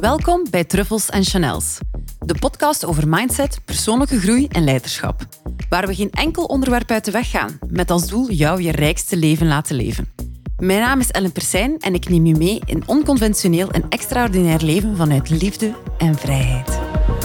Welkom bij Truffels en Chanels, de podcast over mindset, persoonlijke groei en leiderschap. Waar we geen enkel onderwerp uit de weg gaan, met als doel jou je rijkste leven laten leven. Mijn naam is Ellen Persijn en ik neem je mee in onconventioneel en extraordinair leven vanuit liefde en vrijheid.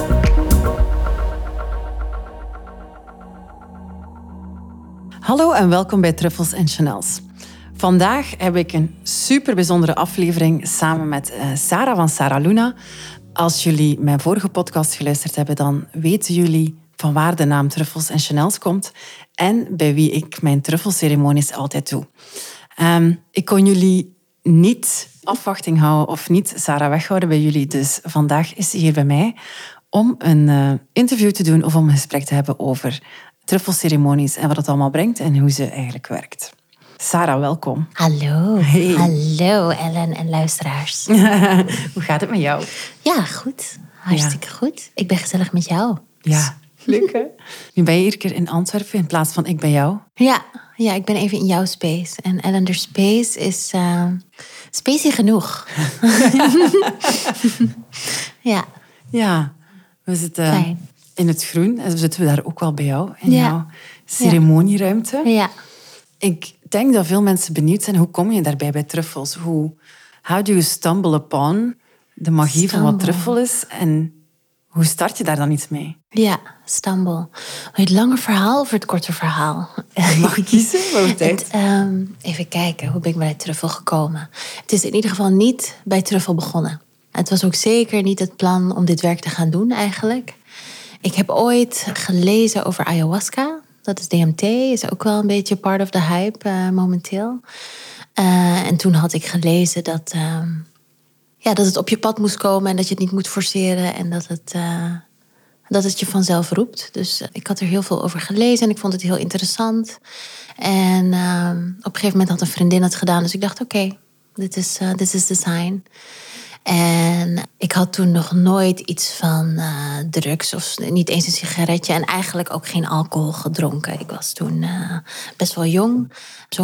Hallo en welkom bij Truffels en Chanels. Vandaag heb ik een super bijzondere aflevering samen met Sarah van Sarah Luna. Als jullie mijn vorige podcast geluisterd hebben, dan weten jullie van waar de naam Truffels en Chanels komt en bij wie ik mijn truffelceremonies altijd doe. Ik kon jullie niet afwachting houden of niet Sarah weghouden bij jullie, dus vandaag is ze hier bij mij om een interview te doen of om een gesprek te hebben over truffelceremonies en wat het allemaal brengt en hoe ze eigenlijk werkt. Sarah, welkom. Hallo. Hey. Hallo Ellen en luisteraars. Hoe gaat het met jou? Ja, goed. Hartstikke goed. Ik ben gezellig met jou. Ja, leuk hè? Nu ben je hier keer in Antwerpen in plaats van ik bij jou. Ja, ik ben even in jouw space. En Ellen, de space is spacey genoeg. Ja. Ja, we zitten Fijn. in het groen. En zitten we daar ook wel bij jou, in jouw ceremonieruimte. Ja. Ik denk dat veel mensen benieuwd zijn, hoe kom je daarbij bij truffels? How do you stumble upon de magie van wat truffel is? En hoe start je daar dan iets mee? Ja, stumble. Wil je het lange verhaal of het korte verhaal? Mag ik kiezen? Wat tijd? Even kijken, hoe ben ik bij truffel gekomen? Het is in ieder geval niet bij truffel begonnen. Het was ook zeker niet het plan om dit werk te gaan doen eigenlijk. Ik heb ooit gelezen over ayahuasca. Dat is DMT, is ook wel een beetje part of the hype momenteel. En toen had ik gelezen dat het op je pad moest komen en dat je het niet moet forceren en dat het je vanzelf roept. Dus ik had er heel veel over gelezen en ik vond het heel interessant. En op een gegeven moment had een vriendin het gedaan, dus ik dacht oké, dit is the sign. En ik had toen nog nooit iets van drugs of niet eens een sigaretje en eigenlijk ook geen alcohol gedronken. Ik was toen best wel jong, zo'n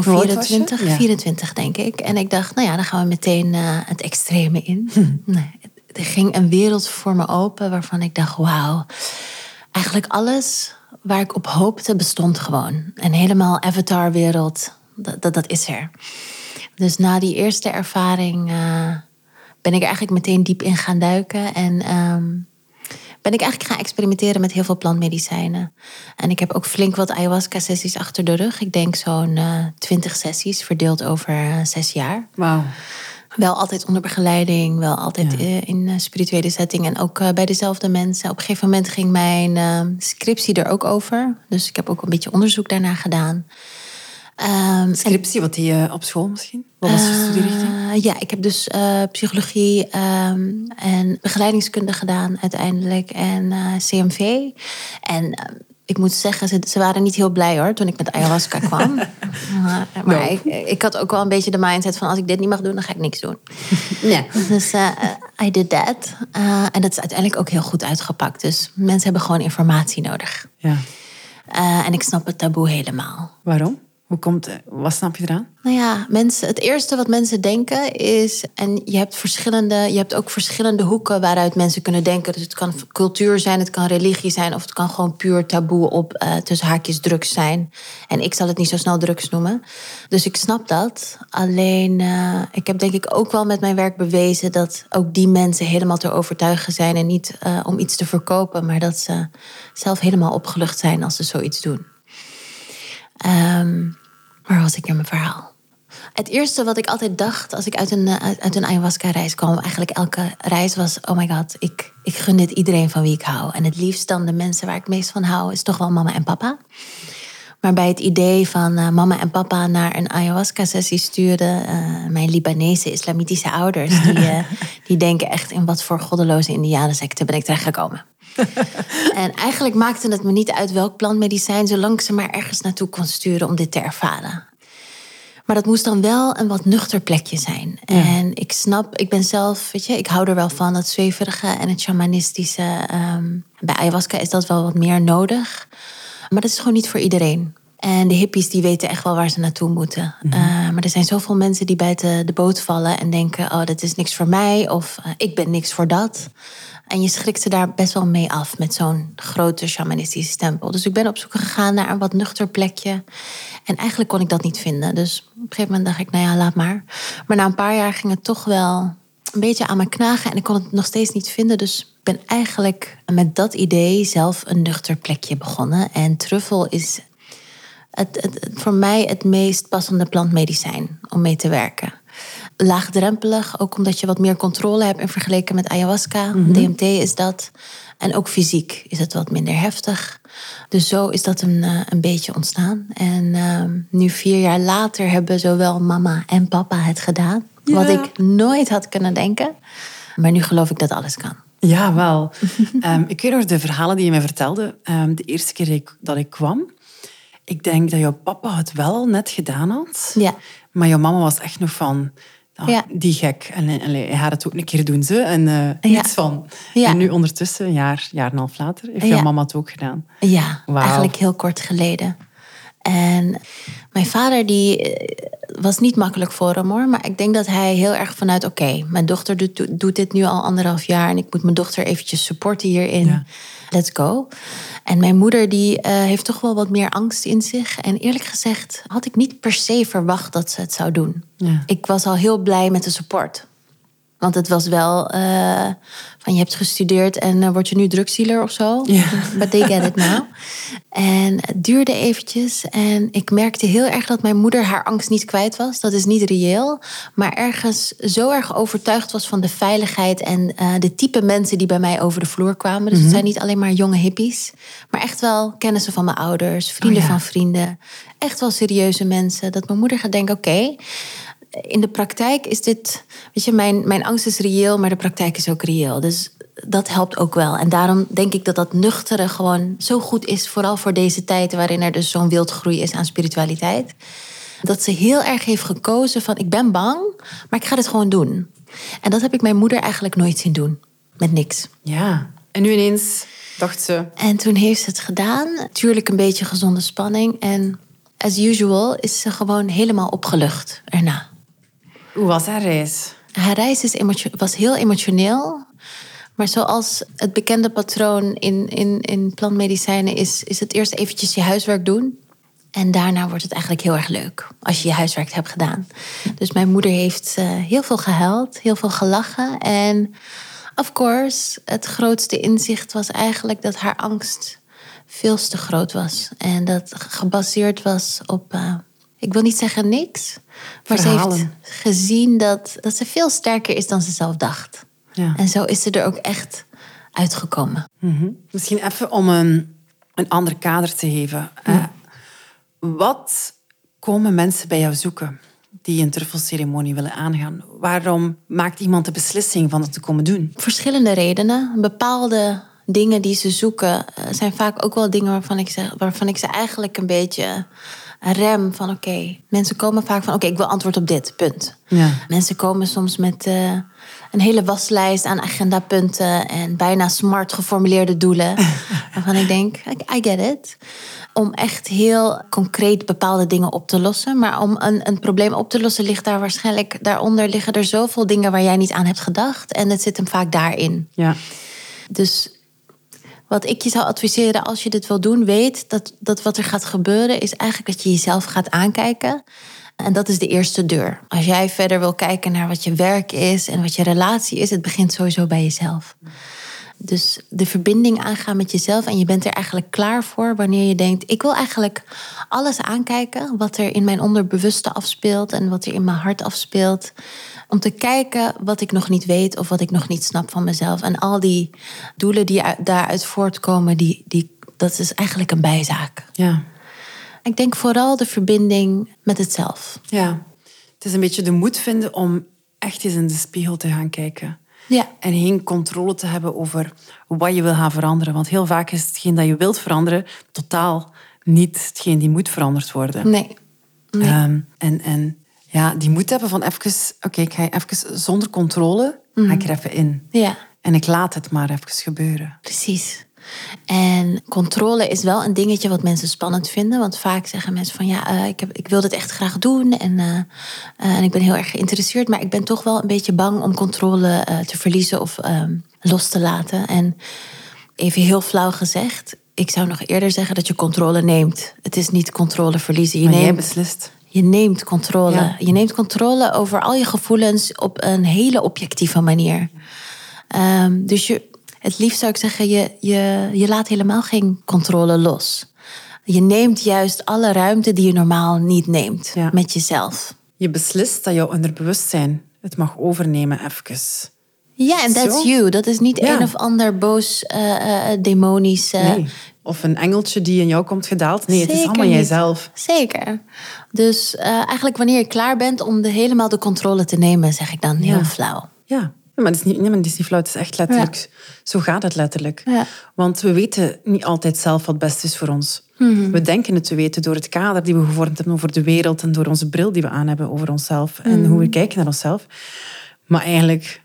24 denk ik. En ik dacht, dan gaan we meteen het extreme in. Nee, er ging een wereld voor me open waarvan ik dacht, wauw. Eigenlijk alles waar ik op hoopte bestond gewoon. En helemaal avatarwereld, dat is er. Dus na die eerste ervaring ben ik er eigenlijk meteen diep in gaan duiken. En ben ik eigenlijk gaan experimenteren met heel veel plantmedicijnen. En ik heb ook flink wat ayahuasca-sessies achter de rug. Ik denk zo'n 20 sessies, verdeeld over 6 jaar. Wauw. Wel altijd onder begeleiding, wel altijd in spirituele setting. En ook bij dezelfde mensen. Op een gegeven moment ging mijn scriptie er ook over. Dus ik heb ook een beetje onderzoek daarna gedaan. Scriptie, wat die op school misschien? Wat was je studierichting? Ja, ik heb dus psychologie en begeleidingskunde gedaan uiteindelijk. En CMV. En ik moet zeggen, ze waren niet heel blij hoor, toen ik met ayahuasca kwam. Maar ik had ook wel een beetje de mindset van, als ik dit niet mag doen, dan ga ik niks doen. Ja. Dus I did that. En dat is uiteindelijk ook heel goed uitgepakt. Dus mensen hebben gewoon informatie nodig. Ja. En ik snap het taboe helemaal. Waarom? Wat snap je eraan? Nou ja, het eerste wat mensen denken is... en je hebt ook verschillende hoeken waaruit mensen kunnen denken. Dus het kan cultuur zijn, het kan religie zijn... of het kan gewoon puur taboe op tussen haakjes drugs zijn. En ik zal het niet zo snel drugs noemen. Dus ik snap dat. Alleen, ik heb denk ik ook wel met mijn werk bewezen... dat ook die mensen helemaal te overtuigen zijn... en niet om iets te verkopen... maar dat ze zelf helemaal opgelucht zijn als ze zoiets doen. Waar was ik in mijn verhaal? Het eerste wat ik altijd dacht als ik uit een ayahuasca-reis kwam... eigenlijk elke reis was, oh my god, ik gun dit iedereen van wie ik hou. En het liefst dan de mensen waar ik het meest van hou... is toch wel mama en papa. Maar bij het idee van mama en papa naar een ayahuasca-sessie sturen... mijn Libanese islamitische ouders... die denken echt in wat voor goddeloze indianensecte ben ik terechtgekomen. En eigenlijk maakte het me niet uit welk plantmedicijn... zolang ik ze maar ergens naartoe kon sturen om dit te ervaren. Maar dat moest dan wel een wat nuchter plekje zijn. Ja. En ik ben zelf, ik hou er wel van, het zweverige en het shamanistische. Bij ayahuasca is dat wel wat meer nodig. Maar dat is gewoon niet voor iedereen. En de hippies die weten echt wel waar ze naartoe moeten. Maar er zijn zoveel mensen die buiten de boot vallen en denken, oh, dat is niks voor mij of ik ben niks voor dat. En je schrikt ze daar best wel mee af met zo'n grote shamanistische stempel. Dus ik ben op zoek gegaan naar een wat nuchter plekje. En eigenlijk kon ik dat niet vinden. Dus op een gegeven moment dacht ik, nou ja, laat maar. Maar na een paar jaar ging het toch wel een beetje aan me knagen. En ik kon het nog steeds niet vinden. Dus ik ben eigenlijk met dat idee zelf een nuchter plekje begonnen. En truffel is voor mij het meest passende plantmedicijn om mee te werken. Laagdrempelig, ook omdat je wat meer controle hebt in vergelijking met ayahuasca. DMT is dat. En ook fysiek is het wat minder heftig. Dus zo is dat een beetje ontstaan. En nu 4 jaar later hebben zowel mama en papa het gedaan. Ja. Wat ik nooit had kunnen denken. Maar nu geloof ik dat alles kan. Ja, wel. Ik weet nog de verhalen die je mij vertelde. De eerste keer dat ik kwam. Ik denk dat jouw papa het wel net gedaan had. Ja. Maar jouw mama was echt nog van... Die gek. En hij gaat het ook een keer doen. Niets van. Ja. En nu ondertussen, een jaar en een half later, heeft jouw mama het ook gedaan. Ja, eigenlijk heel kort geleden. En mijn vader die was niet makkelijk voor hem hoor. Maar ik denk dat hij heel erg vanuit... Oké, mijn dochter doet dit nu al 1,5 jaar... en ik moet mijn dochter eventjes supporten hierin. Ja. Let's go. En mijn moeder die heeft toch wel wat meer angst in zich. En eerlijk gezegd had ik niet per se verwacht dat ze het zou doen. Ja. Ik was al heel blij met de support. Want het was wel van je hebt gestudeerd en word je nu drugsdealer of zo. Yeah. But they get it now. En het duurde eventjes. En ik merkte heel erg dat mijn moeder haar angst niet kwijt was. Dat is niet reëel. Maar ergens zo erg overtuigd was van de veiligheid en de type mensen die bij mij over de vloer kwamen. Dus het zijn niet alleen maar jonge hippies. Maar echt wel kennissen van mijn ouders, vrienden van vrienden. Echt wel serieuze mensen. Dat mijn moeder gaat denken, oké, in de praktijk is dit... Weet je, mijn angst is reëel, maar de praktijk is ook reëel. Dus dat helpt ook wel. En daarom denk ik dat dat nuchtere gewoon zo goed is. Vooral voor deze tijd waarin er dus zo'n wildgroei is aan spiritualiteit. Dat ze heel erg heeft gekozen van ik ben bang, maar ik ga dit gewoon doen. En dat heb ik mijn moeder eigenlijk nooit zien doen. Met niks. Ja, en nu ineens dacht ze... En toen heeft ze het gedaan. Tuurlijk een beetje gezonde spanning. En as usual is ze gewoon helemaal opgelucht erna. Hoe was haar reis? Haar reis was heel emotioneel. Maar zoals het bekende patroon in plantmedicijnen is het eerst eventjes je huiswerk doen. En daarna wordt het eigenlijk heel erg leuk als je je huiswerk hebt gedaan. Dus mijn moeder heeft heel veel gehuild, heel veel gelachen. En of course, het grootste inzicht was eigenlijk dat haar angst veel te groot was. En dat gebaseerd was op... ik wil niet zeggen niks, maar verhalen. Ze heeft gezien dat ze veel sterker is dan ze zelf dacht. Ja. En zo is ze er ook echt uitgekomen. Mm-hmm. Misschien even om een ander kader te geven. Ja. Wat komen mensen bij jou zoeken die een truffelceremonie willen aangaan? Waarom maakt iemand de beslissing van het te komen doen? Verschillende redenen. Bepaalde dingen die ze zoeken zijn vaak ook wel dingen waarvan ik ze eigenlijk een beetje rem van oké. Mensen komen vaak van oké, ik wil antwoord op dit, punt. Ja. Mensen komen soms met een hele waslijst aan agendapunten en bijna smart geformuleerde doelen. Waarvan ik denk, I get it. Om echt heel concreet bepaalde dingen op te lossen. Maar om een probleem op te lossen ligt daar waarschijnlijk... Daaronder liggen er zoveel dingen waar jij niet aan hebt gedacht. En het zit hem vaak daarin. Ja. Dus wat ik je zou adviseren als je dit wil doen, weet dat wat er gaat gebeuren is eigenlijk dat je jezelf gaat aankijken. En dat is de eerste deur. Als jij verder wil kijken naar wat je werk is en wat je relatie is, het begint sowieso bij jezelf. Dus de verbinding aangaan met jezelf en je bent er eigenlijk klaar voor wanneer je denkt, ik wil eigenlijk alles aankijken wat er in mijn onderbewuste afspeelt en wat er in mijn hart afspeelt. Om te kijken wat ik nog niet weet of wat ik nog niet snap van mezelf. En al die doelen die daaruit voortkomen, dat is eigenlijk een bijzaak. Ja. Ik denk vooral de verbinding met het zelf. Ja, het is een beetje de moed vinden om echt eens in de spiegel te gaan kijken. Ja. En geen controle te hebben over wat je wil gaan veranderen. Want heel vaak is hetgeen dat je wilt veranderen totaal niet hetgeen die moet veranderd worden. Nee. En ja, die moed hebben van even... Oké, ik ga even zonder controle ga ik er even in. Ja. En ik laat het maar even gebeuren. Precies. En controle is wel een dingetje wat mensen spannend vinden. Want vaak zeggen mensen van ik wil dit echt graag doen. En ik ben heel erg geïnteresseerd. Maar ik ben toch wel een beetje bang om controle te verliezen of los te laten. En even heel flauw gezegd, ik zou nog eerder zeggen dat je controle neemt. Het is niet controle verliezen. Jij beslist. Je neemt controle. Ja. Je neemt controle over al je gevoelens op een hele objectieve manier. Dus het liefst zou ik zeggen, je laat helemaal geen controle los. Je neemt juist alle ruimte die je normaal niet neemt met jezelf. Je beslist dat jouw onderbewustzijn het mag overnemen even. Ja, en that's you. Dat is niet een of ander boos, demonisch... Nee. Of een engeltje die in jou komt gedaald. Nee, het is allemaal niet. jijzelf. Zeker. Dus eigenlijk wanneer je klaar bent om helemaal de controle te nemen, zeg ik dan heel flauw. Ja, maar het is niet flauw. Het is echt letterlijk. Ja. Zo gaat het letterlijk. Ja. Want we weten niet altijd zelf wat best is voor ons. Mm-hmm. We denken het te weten door het kader die we gevormd hebben over de wereld en door onze bril die we aan hebben over onszelf en hoe we kijken naar onszelf. Maar eigenlijk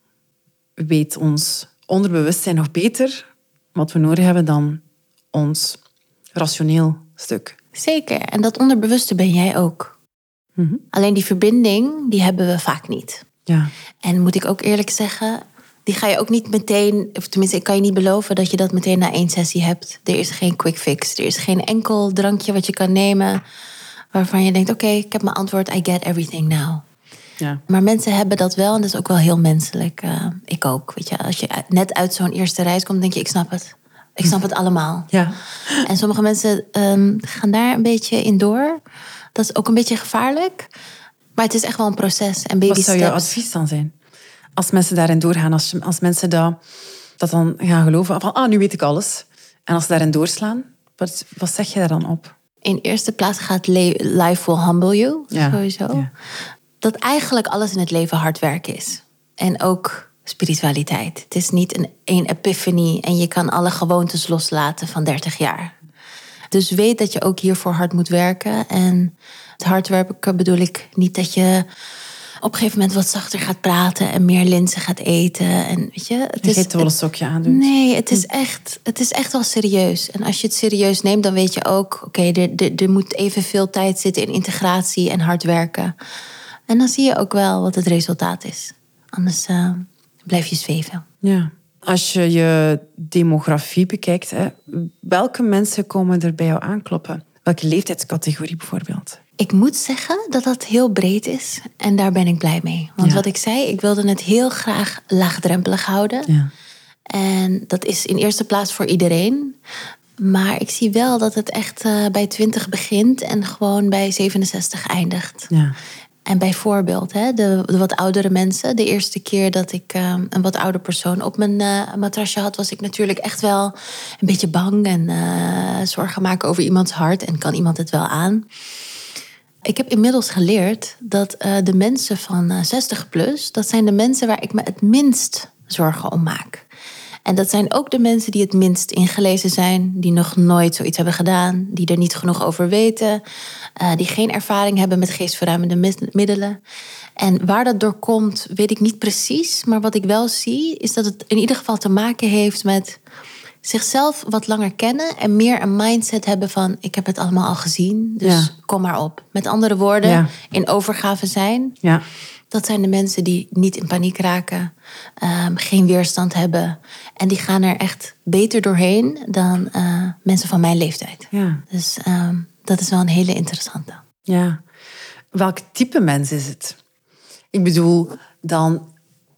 weet ons onderbewustzijn nog beter wat we nodig hebben dan ons rationeel stuk. Zeker. En dat onderbewuste ben jij ook. Mm-hmm. Alleen die verbinding, die hebben we vaak niet. Ja. En moet ik ook eerlijk zeggen, die ga je ook niet meteen... of tenminste, ik kan je niet beloven dat je dat meteen na 1 sessie hebt. Er is geen quick fix. Er is geen enkel drankje wat je kan nemen waarvan je denkt, oké, ik heb mijn antwoord. I get everything now. Ja. Maar mensen hebben dat wel en dat is ook wel heel menselijk. Ik ook. Weet je, als je net uit zo'n eerste reis komt, denk je, ik snap het. Ik snap het allemaal. Ja. En sommige mensen gaan daar een beetje in door. Dat is ook een beetje gevaarlijk. Maar het is echt wel een proces. En baby Wat zou jouw advies dan zijn? Als mensen daarin doorgaan, als mensen dat dan gaan geloven, van nu weet ik alles. En als ze daarin doorslaan, wat zeg je daar dan op? In eerste plaats gaat life will humble you, sowieso. Ja. Dat eigenlijk alles in het leven hard werken is. En ook spiritualiteit. Het is niet een epiphany en je kan alle gewoontes loslaten van 30 jaar. Dus weet dat je ook hiervoor hard moet werken. En het hard werken bedoel ik niet dat je op een gegeven moment wat zachter gaat praten en meer linzen gaat eten. En weet je, het is wel een sokje aandoen. Nee, het is echt wel serieus. En als je het serieus neemt, dan weet je ook, oké, er moet evenveel tijd zitten in integratie en hard werken. En dan zie je ook wel wat het resultaat is. Anders blijf je zweven. Ja. Als je je demografie bekijkt, welke mensen komen er bij jou aankloppen? Welke leeftijdscategorie bijvoorbeeld? Ik moet zeggen dat dat heel breed is. En daar ben ik blij mee. Want wat ik zei, ik wilde het heel graag laagdrempelig houden. Ja. En dat is in eerste plaats voor iedereen. Maar ik zie wel dat het echt bij 20 begint en gewoon bij 67 eindigt. Ja. En bijvoorbeeld, de wat oudere mensen. De eerste keer dat ik een wat oude persoon op mijn matrasje had, was ik natuurlijk echt wel een beetje bang en zorgen maken over iemands hart. En kan iemand het wel aan? Ik heb inmiddels geleerd dat de mensen van 60 plus, dat zijn de mensen waar ik me het minst zorgen om maak. En dat zijn ook de mensen die het minst ingelezen zijn, die nog nooit zoiets hebben gedaan, die er niet genoeg over weten, die geen ervaring hebben met geestverruimende middelen. En waar dat door komt, weet ik niet precies. Maar wat ik wel zie, is dat het in ieder geval te maken heeft met zichzelf wat langer kennen en meer een mindset hebben van, ik heb het allemaal al gezien, dus kom maar op. Met andere woorden, in overgave zijn. Ja. Dat zijn de mensen die niet in paniek raken, geen weerstand hebben. En die gaan er echt beter doorheen dan mensen van mijn leeftijd. Ja. Dus dat is wel een hele interessante. Ja. Welk type mens is het? Ik bedoel, dan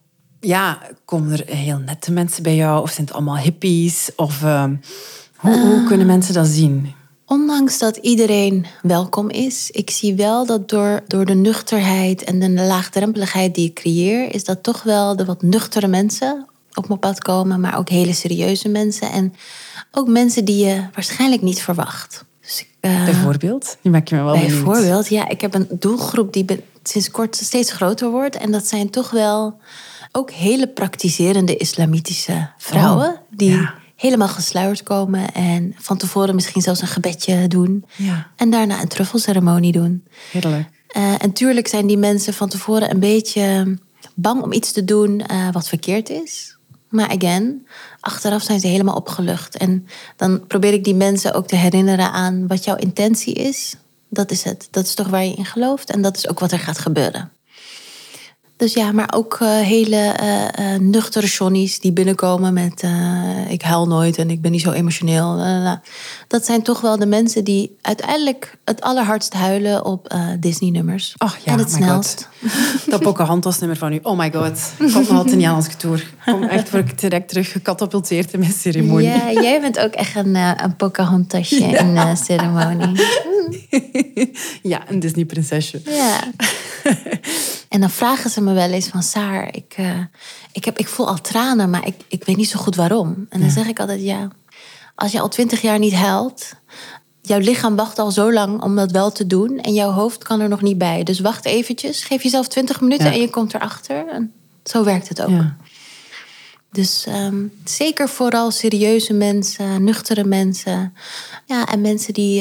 komen er heel nette mensen bij jou? Of zijn het allemaal hippies? Of hoe kunnen mensen dat zien? Ondanks dat iedereen welkom is, ik zie wel dat door de nuchterheid en de laagdrempeligheid die ik creëer, is dat toch wel de wat nuchtere mensen op mijn pad komen, maar ook hele serieuze mensen. En ook mensen die je waarschijnlijk niet verwacht. Dus bijvoorbeeld? Die maak je me wel benieuwd. Bijvoorbeeld, ja. Ik heb een doelgroep die sinds kort steeds groter wordt. En dat zijn toch wel ook hele praktiserende islamitische vrouwen. Die helemaal gesluierd komen en van tevoren misschien zelfs een gebedje doen. Ja. En daarna een truffelceremonie doen. Heerlijk. En tuurlijk zijn die mensen van tevoren een beetje bang om iets te doen wat verkeerd is. Maar again, achteraf zijn ze helemaal opgelucht. En dan probeer ik die mensen ook te herinneren aan wat jouw intentie is. Dat is het. Dat is toch waar je in gelooft. En dat is ook wat er gaat gebeuren. Dus ja, maar ook hele nuchtere Johnny's die binnenkomen met... ik huil nooit en ik ben niet zo emotioneel. Dat zijn toch wel de mensen die uiteindelijk het allerhardst huilen op Disney-nummers. Ach ja, en het snelst. Dat Pocahontas-nummer van u. Oh my god. Komt nog altijd niet aan als ik toer. Kom echt voor ik direct terug gecatapulteerd in mijn ceremonie. Ja, jij bent ook echt een Pocahontasje in ceremonie. Ja, een Disney-prinsesje. Ja. En dan vragen ze me wel eens van... Saar, ik voel al tranen, maar ik weet niet zo goed waarom. En dan zeg ik altijd, ja... Als je al 20 jaar niet huilt... Jouw lichaam wacht al zo lang om dat wel te doen... en jouw hoofd kan er nog niet bij. Dus wacht eventjes, geef jezelf 20 minuten... en je komt erachter. En zo werkt het ook. Ja. Dus zeker vooral serieuze mensen, nuchtere mensen. Ja, en mensen die...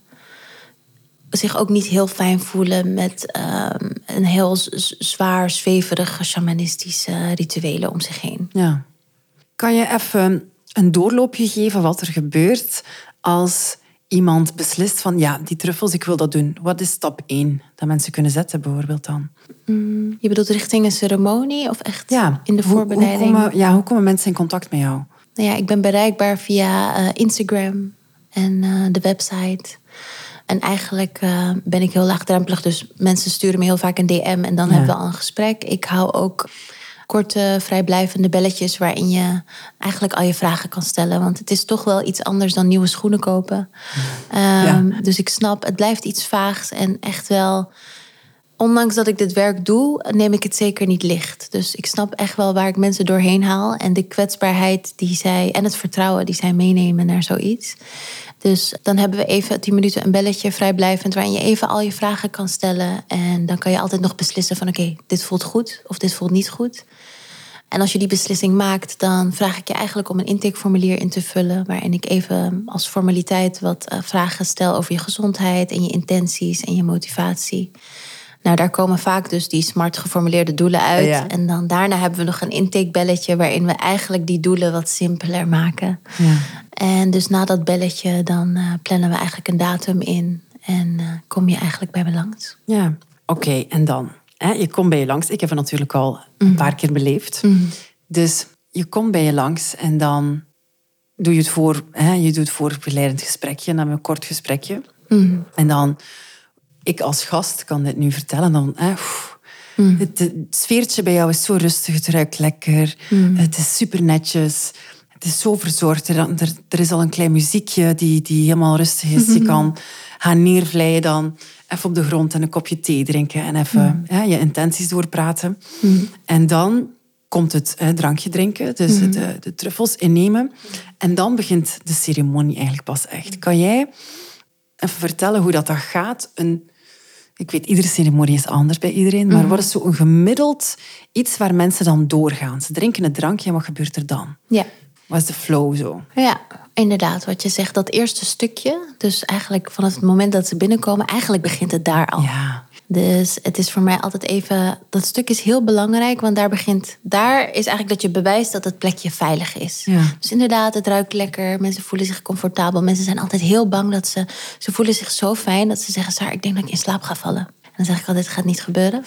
zich ook niet heel fijn voelen met een heel zwaar, zweverige, shamanistische rituelen om zich heen. Ja. Kan je even een doorloopje geven wat er gebeurt als iemand beslist van ja, die truffels, ik wil dat doen. Wat is stap 1 dat mensen kunnen zetten bijvoorbeeld dan? Je bedoelt richting een ceremonie of echt in de voorbereiding? Hoe komen mensen in contact met jou? Nou ja, ik ben bereikbaar via Instagram en de website. En eigenlijk ben ik heel laagdrempelig. Dus mensen sturen me heel vaak een DM en dan hebben we al een gesprek. Ik hou ook korte, vrijblijvende belletjes... waarin je eigenlijk al je vragen kan stellen. Want het is toch wel iets anders dan nieuwe schoenen kopen. Dus ik snap, het blijft iets vaags en echt wel... Ondanks dat ik dit werk doe, neem ik het zeker niet licht. Dus ik snap echt wel waar ik mensen doorheen haal. En de kwetsbaarheid en het vertrouwen die zij meenemen naar zoiets... Dus dan hebben we even 10 minuten een belletje vrijblijvend... waarin je even al je vragen kan stellen. En dan kan je altijd nog beslissen van... oké, dit voelt goed of dit voelt niet goed. En als je die beslissing maakt... dan vraag ik je eigenlijk om een intakeformulier in te vullen... waarin ik even als formaliteit wat vragen stel over je gezondheid... en je intenties en je motivatie. Nou, daar komen vaak dus die smart geformuleerde doelen uit. Ja. En dan daarna hebben we nog een intakebelletje... waarin we eigenlijk die doelen wat simpeler maken. Ja. En dus na dat belletje dan plannen we eigenlijk een datum in. En kom je eigenlijk bij me langs. Ja, oké, en dan? Je komt bij je langs. Ik heb het natuurlijk al een paar keer beleefd. Dus je komt bij je langs en dan doe je het voor... je doet het voorbereidend gesprekje. Dan hebben we een kort gesprekje. En dan... Ik als gast kan dit nu vertellen. Dan, het sfeertje bij jou is zo rustig. Het ruikt lekker. Het is super netjes. Het is zo verzorgd. Er is al een klein muziekje die helemaal rustig is. Je kan gaan neervlijen dan. Even op de grond en een kopje thee drinken. En even je intenties doorpraten. En dan komt het drankje drinken. Dus de truffels innemen. En dan begint de ceremonie eigenlijk pas echt. Kan jij even vertellen hoe dat gaat? Ik weet, iedere ceremonie is anders bij iedereen. Maar wat is zo een gemiddeld iets waar mensen dan doorgaan? Ze drinken het drankje en wat gebeurt er dan? Ja. Wat is de flow zo? Ja, inderdaad. Wat je zegt, dat eerste stukje. Dus eigenlijk vanaf het moment dat ze binnenkomen... eigenlijk begint het daar al. Ja. Dus het is voor mij altijd even... Dat stuk is heel belangrijk, want daar is eigenlijk dat je bewijst dat het plekje veilig is. Ja. Dus inderdaad, het ruikt lekker. Mensen voelen zich comfortabel. Mensen zijn altijd heel bang dat ze voelen zich zo fijn dat ze zeggen... Saar, ik denk dat ik in slaap ga vallen. En dan zeg ik altijd, het gaat niet gebeuren.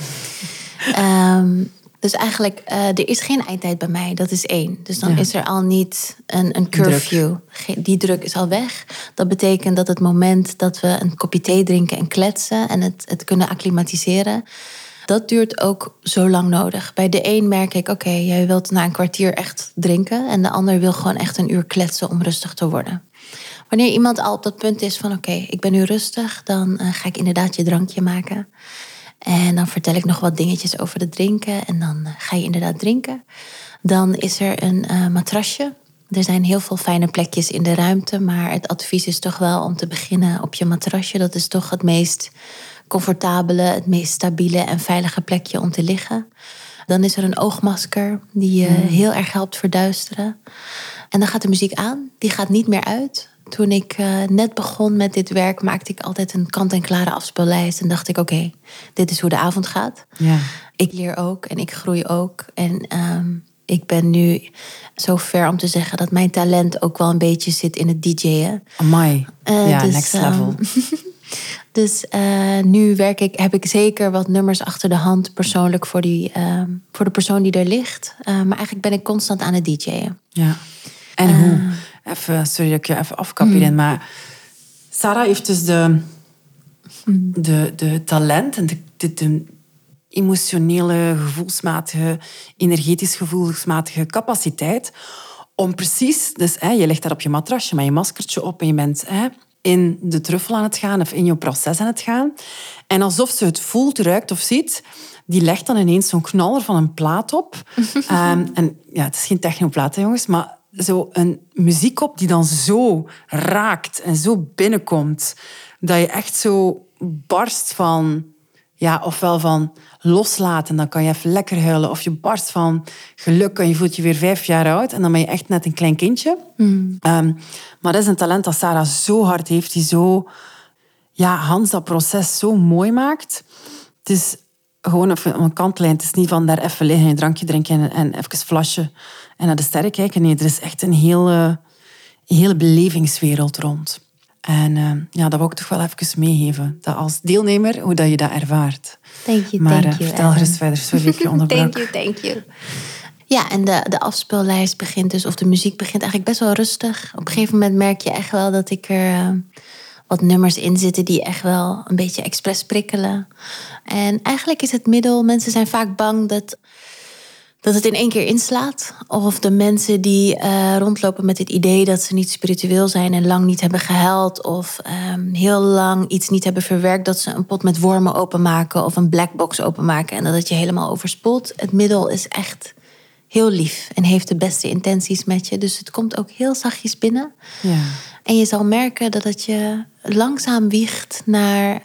Dus eigenlijk, er is geen eindtijd bij mij. Dat is 1. Dus dan is er al niet een curfew. Die druk is al weg. Dat betekent dat het moment dat we een kopje thee drinken en kletsen... en het kunnen acclimatiseren... dat duurt ook zo lang nodig. Bij de een merk ik, oké, jij wilt na een kwartier echt drinken... en de ander wil gewoon echt een uur kletsen om rustig te worden. Wanneer iemand al op dat punt is van... oké, ik ben nu rustig, dan ga ik inderdaad je drankje maken... En dan vertel ik nog wat dingetjes over het drinken. En dan ga je inderdaad drinken. Dan is er een matrasje. Er zijn heel veel fijne plekjes in de ruimte. Maar het advies is toch wel om te beginnen op je matrasje. Dat is toch het meest comfortabele, het meest stabiele en veilige plekje om te liggen. Dan is er een oogmasker die je heel erg helpt verduisteren. En dan gaat de muziek aan. Die gaat niet meer uit. Toen ik net begon met dit werk, maakte ik altijd een kant-en-klare afspeellijst. En dacht ik, oké, dit is hoe de avond gaat. Ja. Ik leer ook en ik groei ook. En ik ben nu zo ver om te zeggen dat mijn talent ook wel een beetje zit in het DJ'en. Amai. Dus, next level. Dus nu heb ik zeker wat nummers achter de hand persoonlijk voor de persoon die er ligt. Maar eigenlijk ben ik constant aan het DJ'en. Ja. En hoe? Sorry dat ik je even afkap hierin, maar Sarah heeft dus de talent en de emotionele, gevoelsmatige, energetisch gevoelsmatige capaciteit om precies, dus je ligt daar op je matrasje met je maskertje op en je bent in de truffel aan het gaan of in je proces aan het gaan. En alsof ze het voelt, ruikt of ziet, die legt dan ineens zo'n knaller van een plaat op. En ja, het is geen technoplaat, hè, jongens, maar zo een muziek op die dan zo raakt en zo binnenkomt, dat je echt zo barst van, ja, ofwel van loslaten, dan kan je even lekker huilen, of je barst van geluk en je voelt je weer 5 jaar oud en dan ben je echt net een klein kindje. Maar dat is een talent dat Sarah zo hard heeft, die zo, ja, Hans dat proces zo mooi maakt. Het is gewoon op een kantlijn. Het is niet van daar even liggen, een drankje drinken en even flashen en naar de sterren kijken. Nee, er is echt een hele belevingswereld rond. En dat wil ik toch wel even meegeven. Dat als deelnemer, hoe dat je dat ervaart. Thank you. Vertel gerust verder. Sorry dat ik je onderbrak. Thank you. Ja, en de afspeellijst begint dus, of de muziek begint eigenlijk best wel rustig. Op een gegeven moment merk je echt wel dat ik er wat nummers in zitten die echt wel een beetje expres prikkelen. En eigenlijk is het middel, mensen zijn vaak bang dat het in één keer inslaat. Of de mensen die rondlopen met het idee dat ze niet spiritueel zijn en lang niet hebben gehuild. Of heel lang iets niet hebben verwerkt. Dat ze een pot met wormen openmaken of een blackbox openmaken. En dat het je helemaal overspoelt. Het middel is echt heel lief en heeft de beste intenties met je. Dus het komt ook heel zachtjes binnen. Ja. En je zal merken dat het je langzaam wiegt naar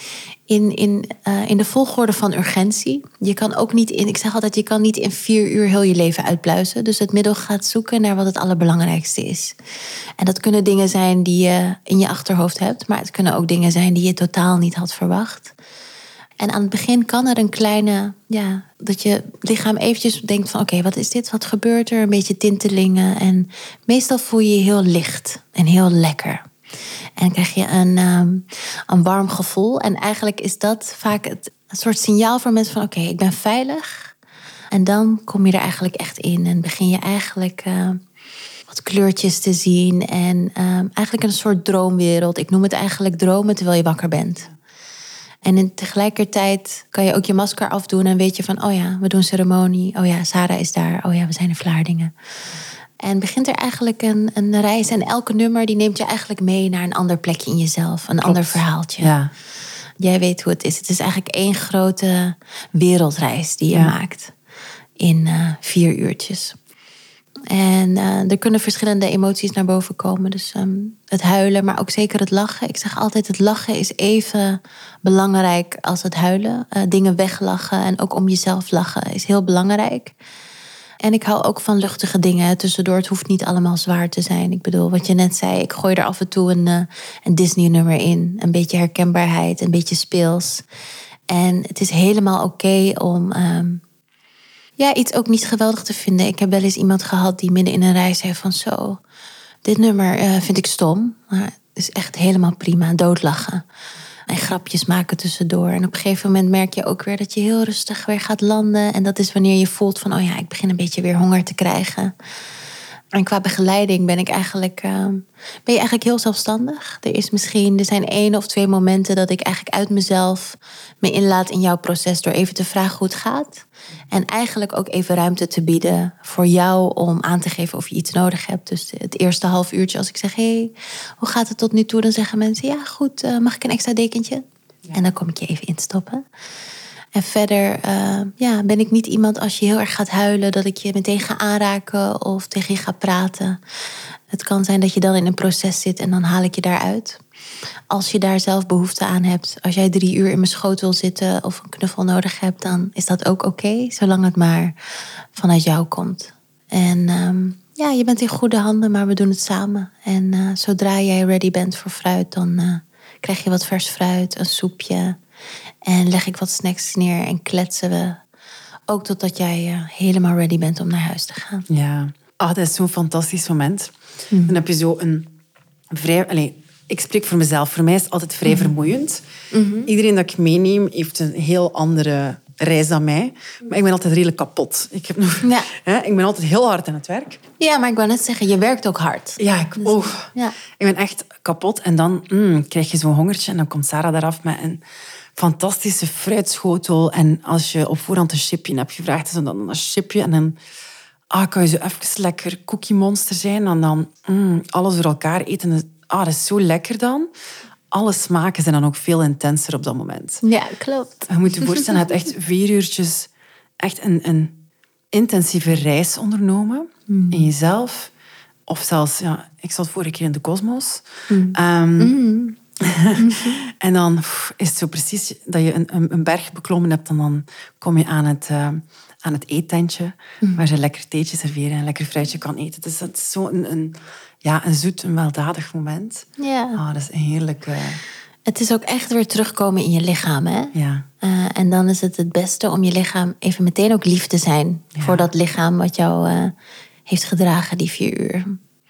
in de volgorde van urgentie. Je kan ook niet ik zeg altijd, je kan niet in 4 uur heel je leven uitbluizen. Dus het middel gaat zoeken naar wat het allerbelangrijkste is. En dat kunnen dingen zijn die je in je achterhoofd hebt. Maar het kunnen ook dingen zijn die je totaal niet had verwacht. En aan het begin kan er een kleine, dat je lichaam eventjes denkt van oké, wat is dit? Wat gebeurt er? Een beetje tintelingen. En meestal voel je je heel licht en heel lekker. En dan krijg je een warm gevoel. En eigenlijk is dat vaak een soort signaal voor mensen van oké, ik ben veilig. En dan kom je er eigenlijk echt in. En begin je eigenlijk wat kleurtjes te zien. En eigenlijk een soort droomwereld. Ik noem het eigenlijk dromen terwijl je wakker bent. En tegelijkertijd kan je ook je masker afdoen en weet je van oh ja, we doen ceremonie. Oh ja, Sarah is daar. Oh ja, we zijn in Vlaardingen. En begint er eigenlijk een reis. En elke nummer die neemt je eigenlijk mee naar een ander plekje in jezelf. Een ander verhaaltje. Ja. Jij weet hoe het is. Het is eigenlijk 1 grote wereldreis die je maakt. In 4 uurtjes. En er kunnen verschillende emoties naar boven komen. Dus het huilen, maar ook zeker het lachen. Ik zeg altijd, het lachen is even belangrijk als het huilen. Dingen weglachen en ook om jezelf lachen is heel belangrijk. En ik hou ook van luchtige dingen tussendoor. Het hoeft niet allemaal zwaar te zijn. Ik bedoel, wat je net zei, ik gooi er af en toe een Disney-nummer in. Een beetje herkenbaarheid, een beetje speels. En het is helemaal oké om iets ook niet geweldig te vinden. Ik heb wel eens iemand gehad die midden in een reis zei van zo, dit nummer vind ik stom. Maar het is echt helemaal prima, doodlachen. En grapjes maken tussendoor. En op een gegeven moment merk je ook weer dat je heel rustig weer gaat landen. En dat is wanneer je voelt van oh ja, ik begin een beetje weer honger te krijgen. En qua begeleiding ben je eigenlijk heel zelfstandig. Er zijn 1 of 2 momenten dat ik eigenlijk uit mezelf me inlaat in jouw proces door even te vragen hoe het gaat. En eigenlijk ook even ruimte te bieden voor jou om aan te geven of je iets nodig hebt. Dus het eerste half uurtje als ik zeg, hey, hoe gaat het tot nu toe? Dan zeggen mensen, ja goed, mag ik een extra dekentje? Ja. En dan kom ik je even instoppen. En verder ben ik niet iemand als je heel erg gaat huilen, dat ik je meteen ga aanraken of tegen je ga praten. Het kan zijn dat je dan in een proces zit en dan haal ik je daaruit. Als je daar zelf behoefte aan hebt, als jij 3 uur in mijn schoot wil zitten of een knuffel nodig hebt, dan is dat ook oké, zolang het maar vanuit jou komt. En je bent in goede handen, maar we doen het samen. En zodra jij ready bent voor fruit, dan krijg je wat vers fruit, een soepje. En leg ik wat snacks neer en kletsen we Ook totdat jij helemaal ready bent om naar huis te gaan. Ja. Dat is zo'n fantastisch moment. Dan heb je zo een vrij... ik spreek voor mezelf. Voor mij is het altijd vrij vermoeiend. Iedereen dat ik meeneem heeft een heel andere reis dan mij. Maar ik ben altijd redelijk kapot. Ik ben altijd heel hard aan het werk. Ja, maar ik wou net zeggen, je werkt ook hard. Ja, ik ben echt kapot. En dan krijg je zo'n hongertje en dan komt Sarah daaraf met een fantastische fruitschotel. En als je op voorhand een chipje hebt gevraagd, is dan een chipje. En dan kan je zo even lekker Cookie Monster zijn. En dan alles door elkaar eten. Dat is zo lekker dan. Alle smaken zijn dan ook veel intenser op dat moment. Ja, klopt. Je moet je voorstellen, je hebt echt 4 uurtjes echt een intensieve reis ondernomen in jezelf. Of zelfs, ik zat vorige keer in de Cosmos. En dan is het zo precies dat je een berg beklommen hebt en dan kom je aan het eettentje waar ze lekker theetje serveren en een lekker fruitje kan eten. Dus dat is zo een zoet, een weldadig moment. Ja. Dat is een heerlijke... Het is ook echt weer terugkomen in je lichaam, hè? Ja. En dan is het beste om je lichaam even meteen ook lief te zijn voor dat lichaam wat jou heeft gedragen die 4 uur.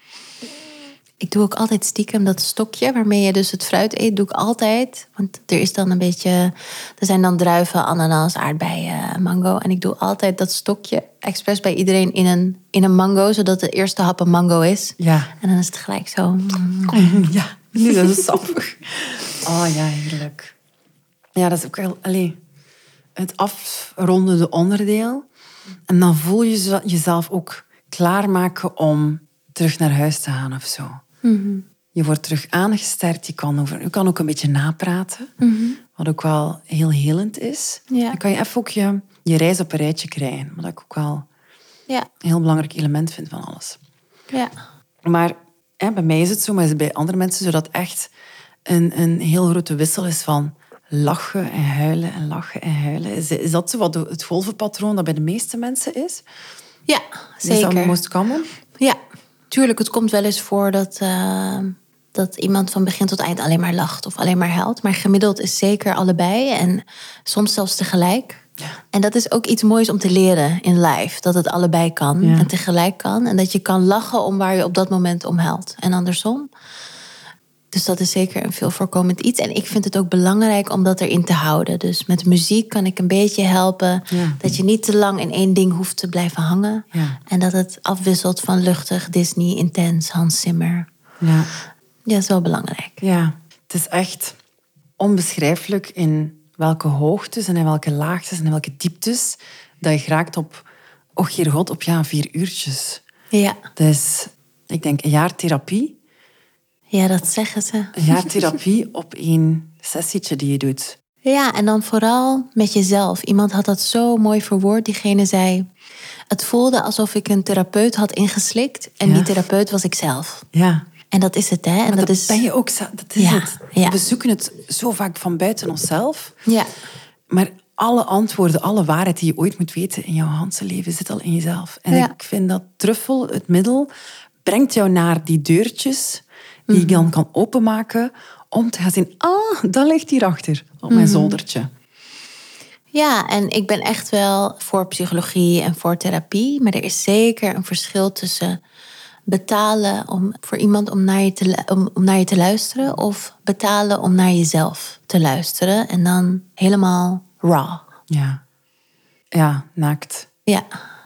Ik doe ook altijd stiekem dat stokje waarmee je dus het fruit eet, doe ik altijd. Want er is dan er zijn dan druiven, ananas, aardbeien, mango. En ik doe altijd dat stokje expres bij iedereen in een mango, zodat de eerste hap een mango is. Ja. En dan is het gelijk zo. Ja, nu dat is sappig. Ja, heerlijk. Ja, dat is ook wel het afrondende onderdeel. En dan voel je jezelf ook klaarmaken om terug naar huis te gaan of zo. Je wordt terug aangesterkt. Je kan ook een beetje napraten. Wat ook wel heel helend is. Ja. Dan kan je even ook je reis op een rijtje krijgen. Wat ik ook wel een heel belangrijk element vind van alles. Ja. Maar bij mij is het zo, maar is het bij andere mensen zo dat echt een heel grote wissel is van lachen en huilen en lachen en huilen. Is dat zo wat het golvenpatroon dat bij de meeste mensen is? Ja, zeker. Is dat most common? Ja, tuurlijk. Het komt wel eens voor dat iemand van begin tot eind alleen maar lacht of alleen maar huilt. Maar gemiddeld is zeker allebei en soms zelfs tegelijk. Ja. En dat is ook iets moois om te leren in life. Dat het allebei kan en tegelijk kan. En dat je kan lachen om waar je op dat moment om huilt. En andersom. Dus dat is zeker een veel voorkomend iets. En ik vind het ook belangrijk om dat erin te houden. Dus met muziek kan ik een beetje helpen. Ja. Dat je niet te lang in één ding hoeft te blijven hangen. Ja. En dat het afwisselt van luchtig, Disney, intens, Hans Zimmer. Ja. Ja, dat is wel belangrijk. Ja, het is echt onbeschrijfelijk in welke hoogtes en in welke laagtes en in welke dieptes dat je geraakt op, Heer God, op 4 uurtjes. Ja. Dat is, ik denk, een jaar therapie. Ja, dat zeggen ze. Een jaar therapie op 1 sessietje die je doet. Ja, en dan vooral met jezelf. Iemand had dat zo mooi verwoord. Diegene zei, het voelde alsof ik een therapeut had ingeslikt. En die therapeut was ik zelf. Ja. En dat is het, hè? En Maar dat is... ben je ook... Dat is het. Ja. We zoeken het zo vaak van buiten onszelf. Ja. Maar alle antwoorden, alle waarheid die je ooit moet weten in jouw hele leven, zit al in jezelf. En ik vind dat truffel, het middel, brengt jou naar die deurtjes die je dan kan openmaken om te gaan zien, dat ligt hierachter op mijn zoldertje. Ja, en ik ben echt wel voor psychologie en voor therapie. Maar er is zeker een verschil tussen betalen voor iemand om naar je te luisteren, of betalen om naar jezelf te luisteren. En dan helemaal raw. Ja, naakt. Ja.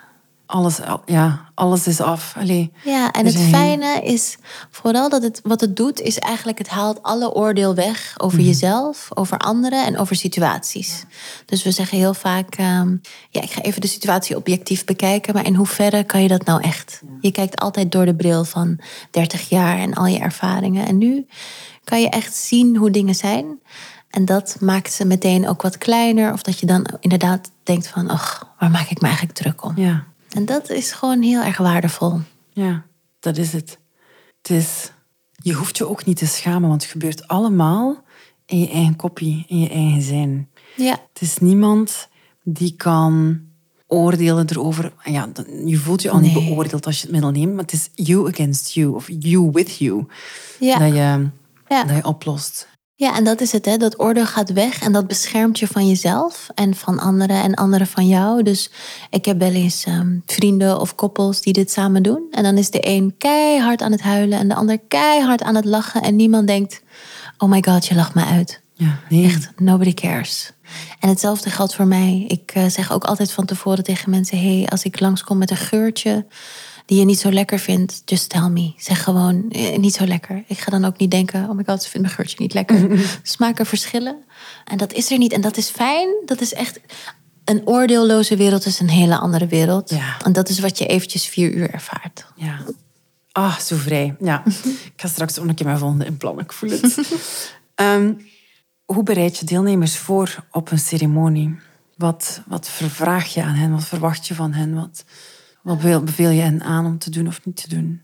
Alles is af. Allee, Ja, en het fijne is vooral dat wat het doet, is eigenlijk het haalt alle oordeel weg over jezelf, over anderen en over situaties. Dus we zeggen heel vaak, ik ga even de situatie objectief bekijken, maar in hoeverre kan je dat nou echt? Je kijkt altijd door de bril van 30 jaar en al je ervaringen. En nu kan je echt zien hoe dingen zijn. En dat maakt ze meteen ook wat kleiner. Of dat je dan inderdaad denkt van, waar maak ik me eigenlijk druk om? Ja. En dat is gewoon heel erg waardevol. Ja, dat is het. Je hoeft je ook niet te schamen, want het gebeurt allemaal in je eigen koppie, in je eigen zijn. Ja. Het is niemand die kan oordelen erover. Ja, je voelt je al niet beoordeeld als je het middel neemt, maar het is you against you, of you with you, Ja. dat je oplost. Ja, en dat is het, hè. Dat oordeel gaat weg en dat beschermt je van jezelf en van anderen en anderen van jou. Dus ik heb wel eens vrienden of koppels die dit samen doen. En dan is de een keihard aan het huilen en de ander keihard aan het lachen. En niemand denkt, oh my god, je lacht me uit. Ja, nee. Echt, nobody cares. En hetzelfde geldt voor mij. Ik zeg ook altijd van tevoren tegen mensen, hey, als ik langskom met een geurtje die je niet zo lekker vindt, just tell me. Zeg gewoon, niet zo lekker. Ik ga dan ook niet denken, oh my god, ze vindt mijn geurtje niet lekker. Smaken verschillen. En dat is er niet. En dat is fijn. Dat is echt, een oordeelloze wereld is een hele andere wereld. Ja. En dat is wat je eventjes 4 uur ervaart. Ja. Ah, zo vrij. Ja. Ik ga straks ook een keer mijn volgende in plan. Ik voel het. Hoe bereid je deelnemers voor op een ceremonie? Wat vraag je aan hen? Wat verwacht je van hen? Wat beveel je hen aan om te doen of niet te doen?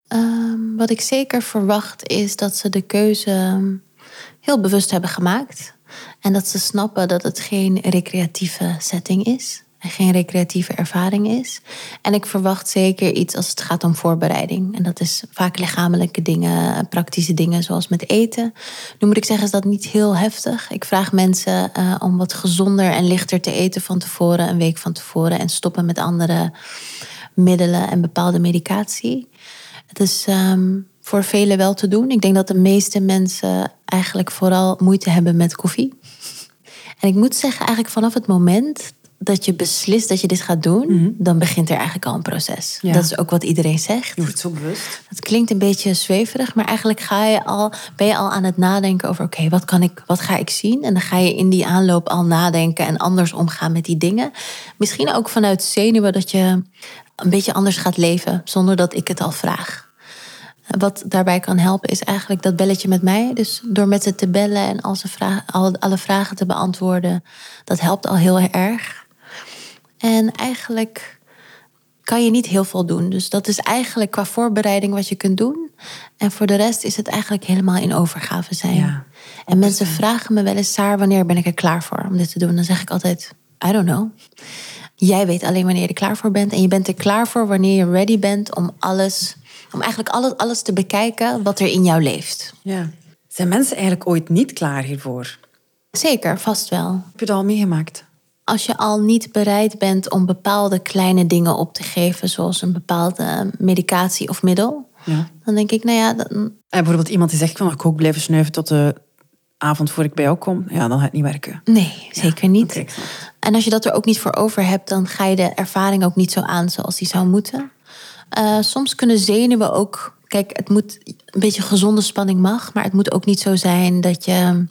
Wat ik zeker verwacht is dat ze de keuze heel bewust hebben gemaakt. En dat ze snappen dat het geen recreatieve setting is. En geen recreatieve ervaring is. En ik verwacht zeker iets als het gaat om voorbereiding. En dat is vaak lichamelijke dingen, praktische dingen zoals met eten. Nu moet ik zeggen, is dat niet heel heftig. Ik vraag mensen om wat gezonder en lichter te eten van tevoren, een week van tevoren. En stoppen met andere middelen en bepaalde medicatie. Het is voor velen wel te doen. Ik denk dat de meeste mensen eigenlijk vooral moeite hebben met koffie. En ik moet zeggen, eigenlijk vanaf het moment dat je beslist dat je dit gaat doen, dan begint er eigenlijk al een proces. Ja. Dat is ook wat iedereen zegt. Je wordt zo bewust. Het klinkt een beetje zweverig, maar eigenlijk ben je al aan het nadenken over, oké, wat ga ik zien? En dan ga je in die aanloop al nadenken en anders omgaan met die dingen. Misschien ook vanuit zenuwen dat je een beetje anders gaat leven, zonder dat ik het al vraag. Wat daarbij kan helpen is eigenlijk dat belletje met mij. Dus door met ze te bellen en alle vragen te beantwoorden, dat helpt al heel erg. En eigenlijk kan je niet heel veel doen. Dus dat is eigenlijk qua voorbereiding wat je kunt doen. En voor de rest is het eigenlijk helemaal in overgave zijn. Ja. En mensen vragen me wel eens, Saar, wanneer ben ik er klaar voor om dit te doen? Dan zeg ik altijd, I don't know. Jij weet alleen wanneer je er klaar voor bent. En je bent er klaar voor wanneer je ready bent om eigenlijk alles te bekijken wat er in jou leeft. Ja. Zijn mensen eigenlijk ooit niet klaar hiervoor? Zeker, vast wel. Heb je dat al meegemaakt? Als je al niet bereid bent om bepaalde kleine dingen op te geven, zoals een bepaalde medicatie of middel, Ja. dan denk ik, nou ja, En bijvoorbeeld iemand die zegt, ik ook blijven snuiven tot de avond voor ik bij jou kom. Ja, dan gaat het niet werken. nee, zeker niet. Oké, ik snap het. En als je dat er ook niet voor over hebt, dan ga je de ervaring ook niet zo aan zoals die zou moeten. Soms kunnen zenuwen ook, kijk, het moet een beetje gezonde spanning mag, maar het moet ook niet zo zijn dat je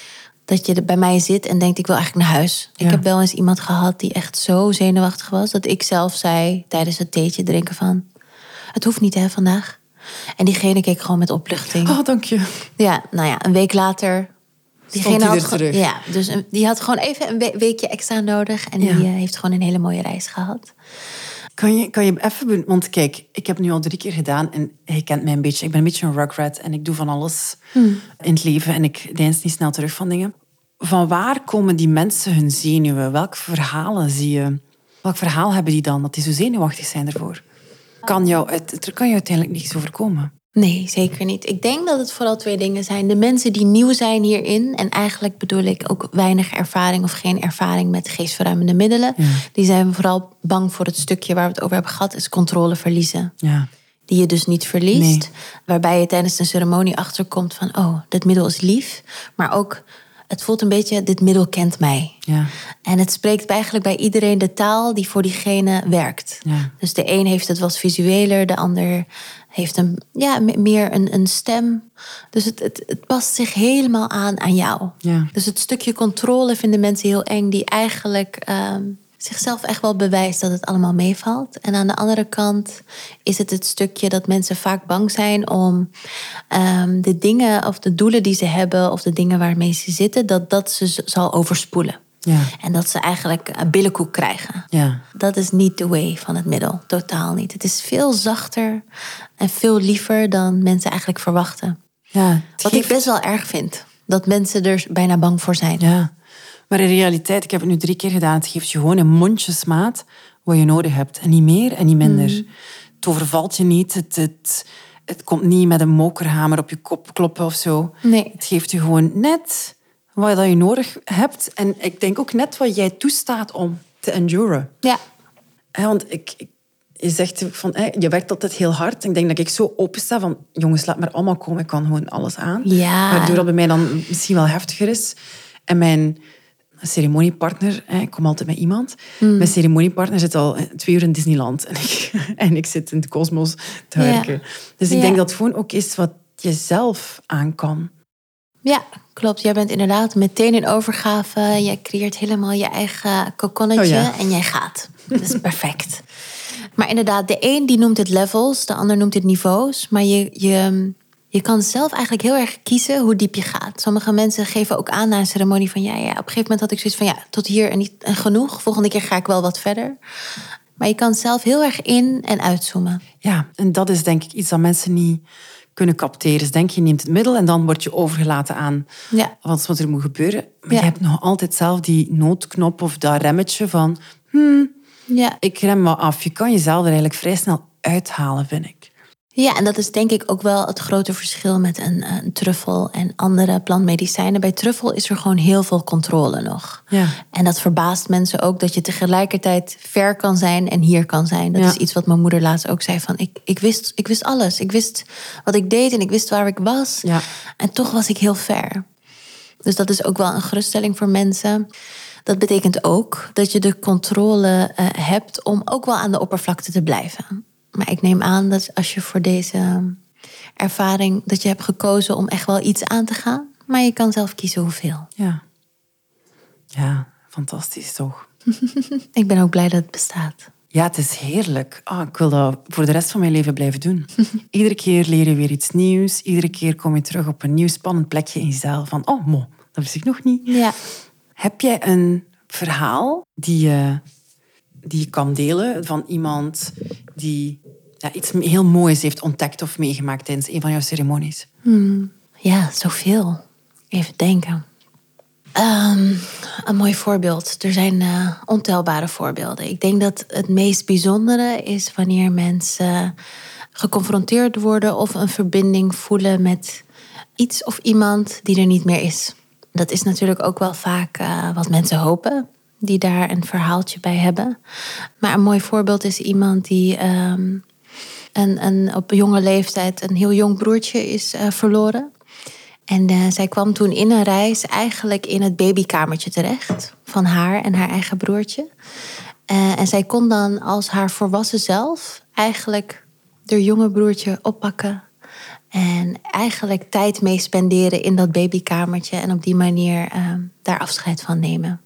er bij mij zit en denkt, ik wil eigenlijk naar huis. Ja. Ik heb wel eens iemand gehad die echt zo zenuwachtig was, dat ik zelf zei tijdens het theetje drinken van, het hoeft niet hè vandaag. En diegene keek gewoon met opluchting. Oh, dank je. Ja, nou ja, een week later. Stond hij er terug. Ja, dus die had gewoon even een weekje extra nodig. En Ja. die heeft gewoon een hele mooie reis gehad. Kan je even... Want kijk, ik heb het nu al 3 keer gedaan en je kent mij een beetje. Ik ben een beetje een rugrat en ik doe van alles in het leven. En ik deins niet snel terug van dingen. Van waar komen die mensen hun zenuwen? Welke verhalen zie je? Welk verhaal hebben die dan, dat die zo zenuwachtig zijn ervoor? Er kan je uiteindelijk niets overkomen. Nee, zeker niet. Ik denk dat het vooral 2 dingen zijn. De mensen die nieuw zijn hierin, en eigenlijk bedoel ik ook weinig ervaring of geen ervaring met geestverruimende middelen. Ja. Die zijn vooral bang voor het stukje waar we het over hebben gehad, is controle verliezen. Ja. Die je dus niet verliest. Nee. Waarbij je tijdens een ceremonie achterkomt van, oh, dit middel is lief. Maar ook, het voelt een beetje, dit middel kent mij. Ja. En het spreekt eigenlijk bij iedereen de taal die voor diegene werkt. Ja. Dus de een heeft het wat visueler, de ander heeft meer een stem. Dus het past zich helemaal aan jou. Ja. Dus het stukje controle vinden mensen heel eng, die eigenlijk zichzelf echt wel bewijst dat het allemaal meevalt. En aan de andere kant is het stukje dat mensen vaak bang zijn om de dingen of de doelen die ze hebben of de dingen waarmee ze zitten, dat ze zal overspoelen. Ja. En dat ze eigenlijk een billenkoek krijgen. Ja. Dat is niet de way van het middel. Totaal niet. Het is veel zachter en veel liever dan mensen eigenlijk verwachten. Ja. Wat ik best wel erg vind. Dat mensen er bijna bang voor zijn. Ja. Maar in realiteit, ik heb het nu 3 keer gedaan. Het geeft je gewoon in mondjesmaat wat je nodig hebt. En niet meer en niet minder. Het overvalt je niet. Het komt niet met een mokerhamer op je kop kloppen of zo. Nee. Het geeft je gewoon net wat je nodig hebt. En ik denk ook net wat jij toestaat om te enduren. Ja. Want je zegt van, je werkt altijd heel hard. Ik denk dat ik zo opensta van, jongens, laat maar allemaal komen. Ik kan gewoon alles aan. Ja. Waardoor dat bij mij dan misschien wel heftiger is. En mijn ceremoniepartner, ik kom altijd met iemand. Mijn ceremoniepartner zit al 2 uur in Disneyland. En ik zit in de kosmos te werken. Dus ik denk dat het gewoon ook is wat je zelf aan kan. Ja, klopt. Jij bent inderdaad meteen in overgave. Jij creëert helemaal je eigen kokonnetje en jij gaat. Dat is perfect. Maar inderdaad, de een die noemt het levels, de ander noemt het niveaus. Maar je kan zelf eigenlijk heel erg kiezen hoe diep je gaat. Sommige mensen geven ook aan na een ceremonie van... ja, op een gegeven moment had ik zoiets van... tot hier en niet en genoeg. Volgende keer ga ik wel wat verder. Maar je kan zelf heel erg in- en uitzoomen. Ja, en dat is denk ik iets dat mensen niet kunnen capteren. Dus denk je neemt het middel en dan word je overgelaten aan wat er moet gebeuren. Maar je hebt nog altijd zelf die noodknop of dat remmetje van... ik rem wat af. Je kan jezelf er eigenlijk vrij snel uithalen, vind ik. Ja, en dat is denk ik ook wel het grote verschil met een truffel en andere plantmedicijnen. Bij truffel is er gewoon heel veel controle nog. Ja. En dat verbaast mensen ook, dat je tegelijkertijd ver kan zijn en hier kan zijn. Dat is iets wat mijn moeder laatst ook zei van, ik wist alles. Ik wist wat ik deed en ik wist waar ik was. Ja. En toch was ik heel ver. Dus dat is ook wel een geruststelling voor mensen. Dat betekent ook dat je de controle hebt om ook wel aan de oppervlakte te blijven. Maar ik neem aan dat als je voor deze ervaring... dat je hebt gekozen om echt wel iets aan te gaan. Maar je kan zelf kiezen hoeveel. Ja, fantastisch toch? Ik ben ook blij dat het bestaat. Ja, het is heerlijk. Ik wil dat voor de rest van mijn leven blijven doen. Iedere keer leer je weer iets nieuws. Iedere keer kom je terug op een nieuw spannend plekje in jezelf. Van, dat wist ik nog niet. Ja. Heb jij een verhaal die je kan delen van iemand die iets heel moois heeft ontdekt of meegemaakt tijdens een van jouw ceremonies? Ja, zoveel. Even denken. Een mooi voorbeeld. Er zijn ontelbare voorbeelden. Ik denk dat het meest bijzondere is wanneer mensen geconfronteerd worden of een verbinding voelen met iets of iemand die er niet meer is. Dat is natuurlijk ook wel vaak wat mensen hopen, die daar een verhaaltje bij hebben. Maar een mooi voorbeeld is iemand die op jonge leeftijd een heel jong broertje is verloren. En zij kwam toen in een reis eigenlijk in het babykamertje terecht van haar en haar eigen broertje. En zij kon dan als haar volwassen zelf eigenlijk haar jonge broertje oppakken. En eigenlijk tijd mee spenderen in dat babykamertje. En op die manier daar afscheid van nemen.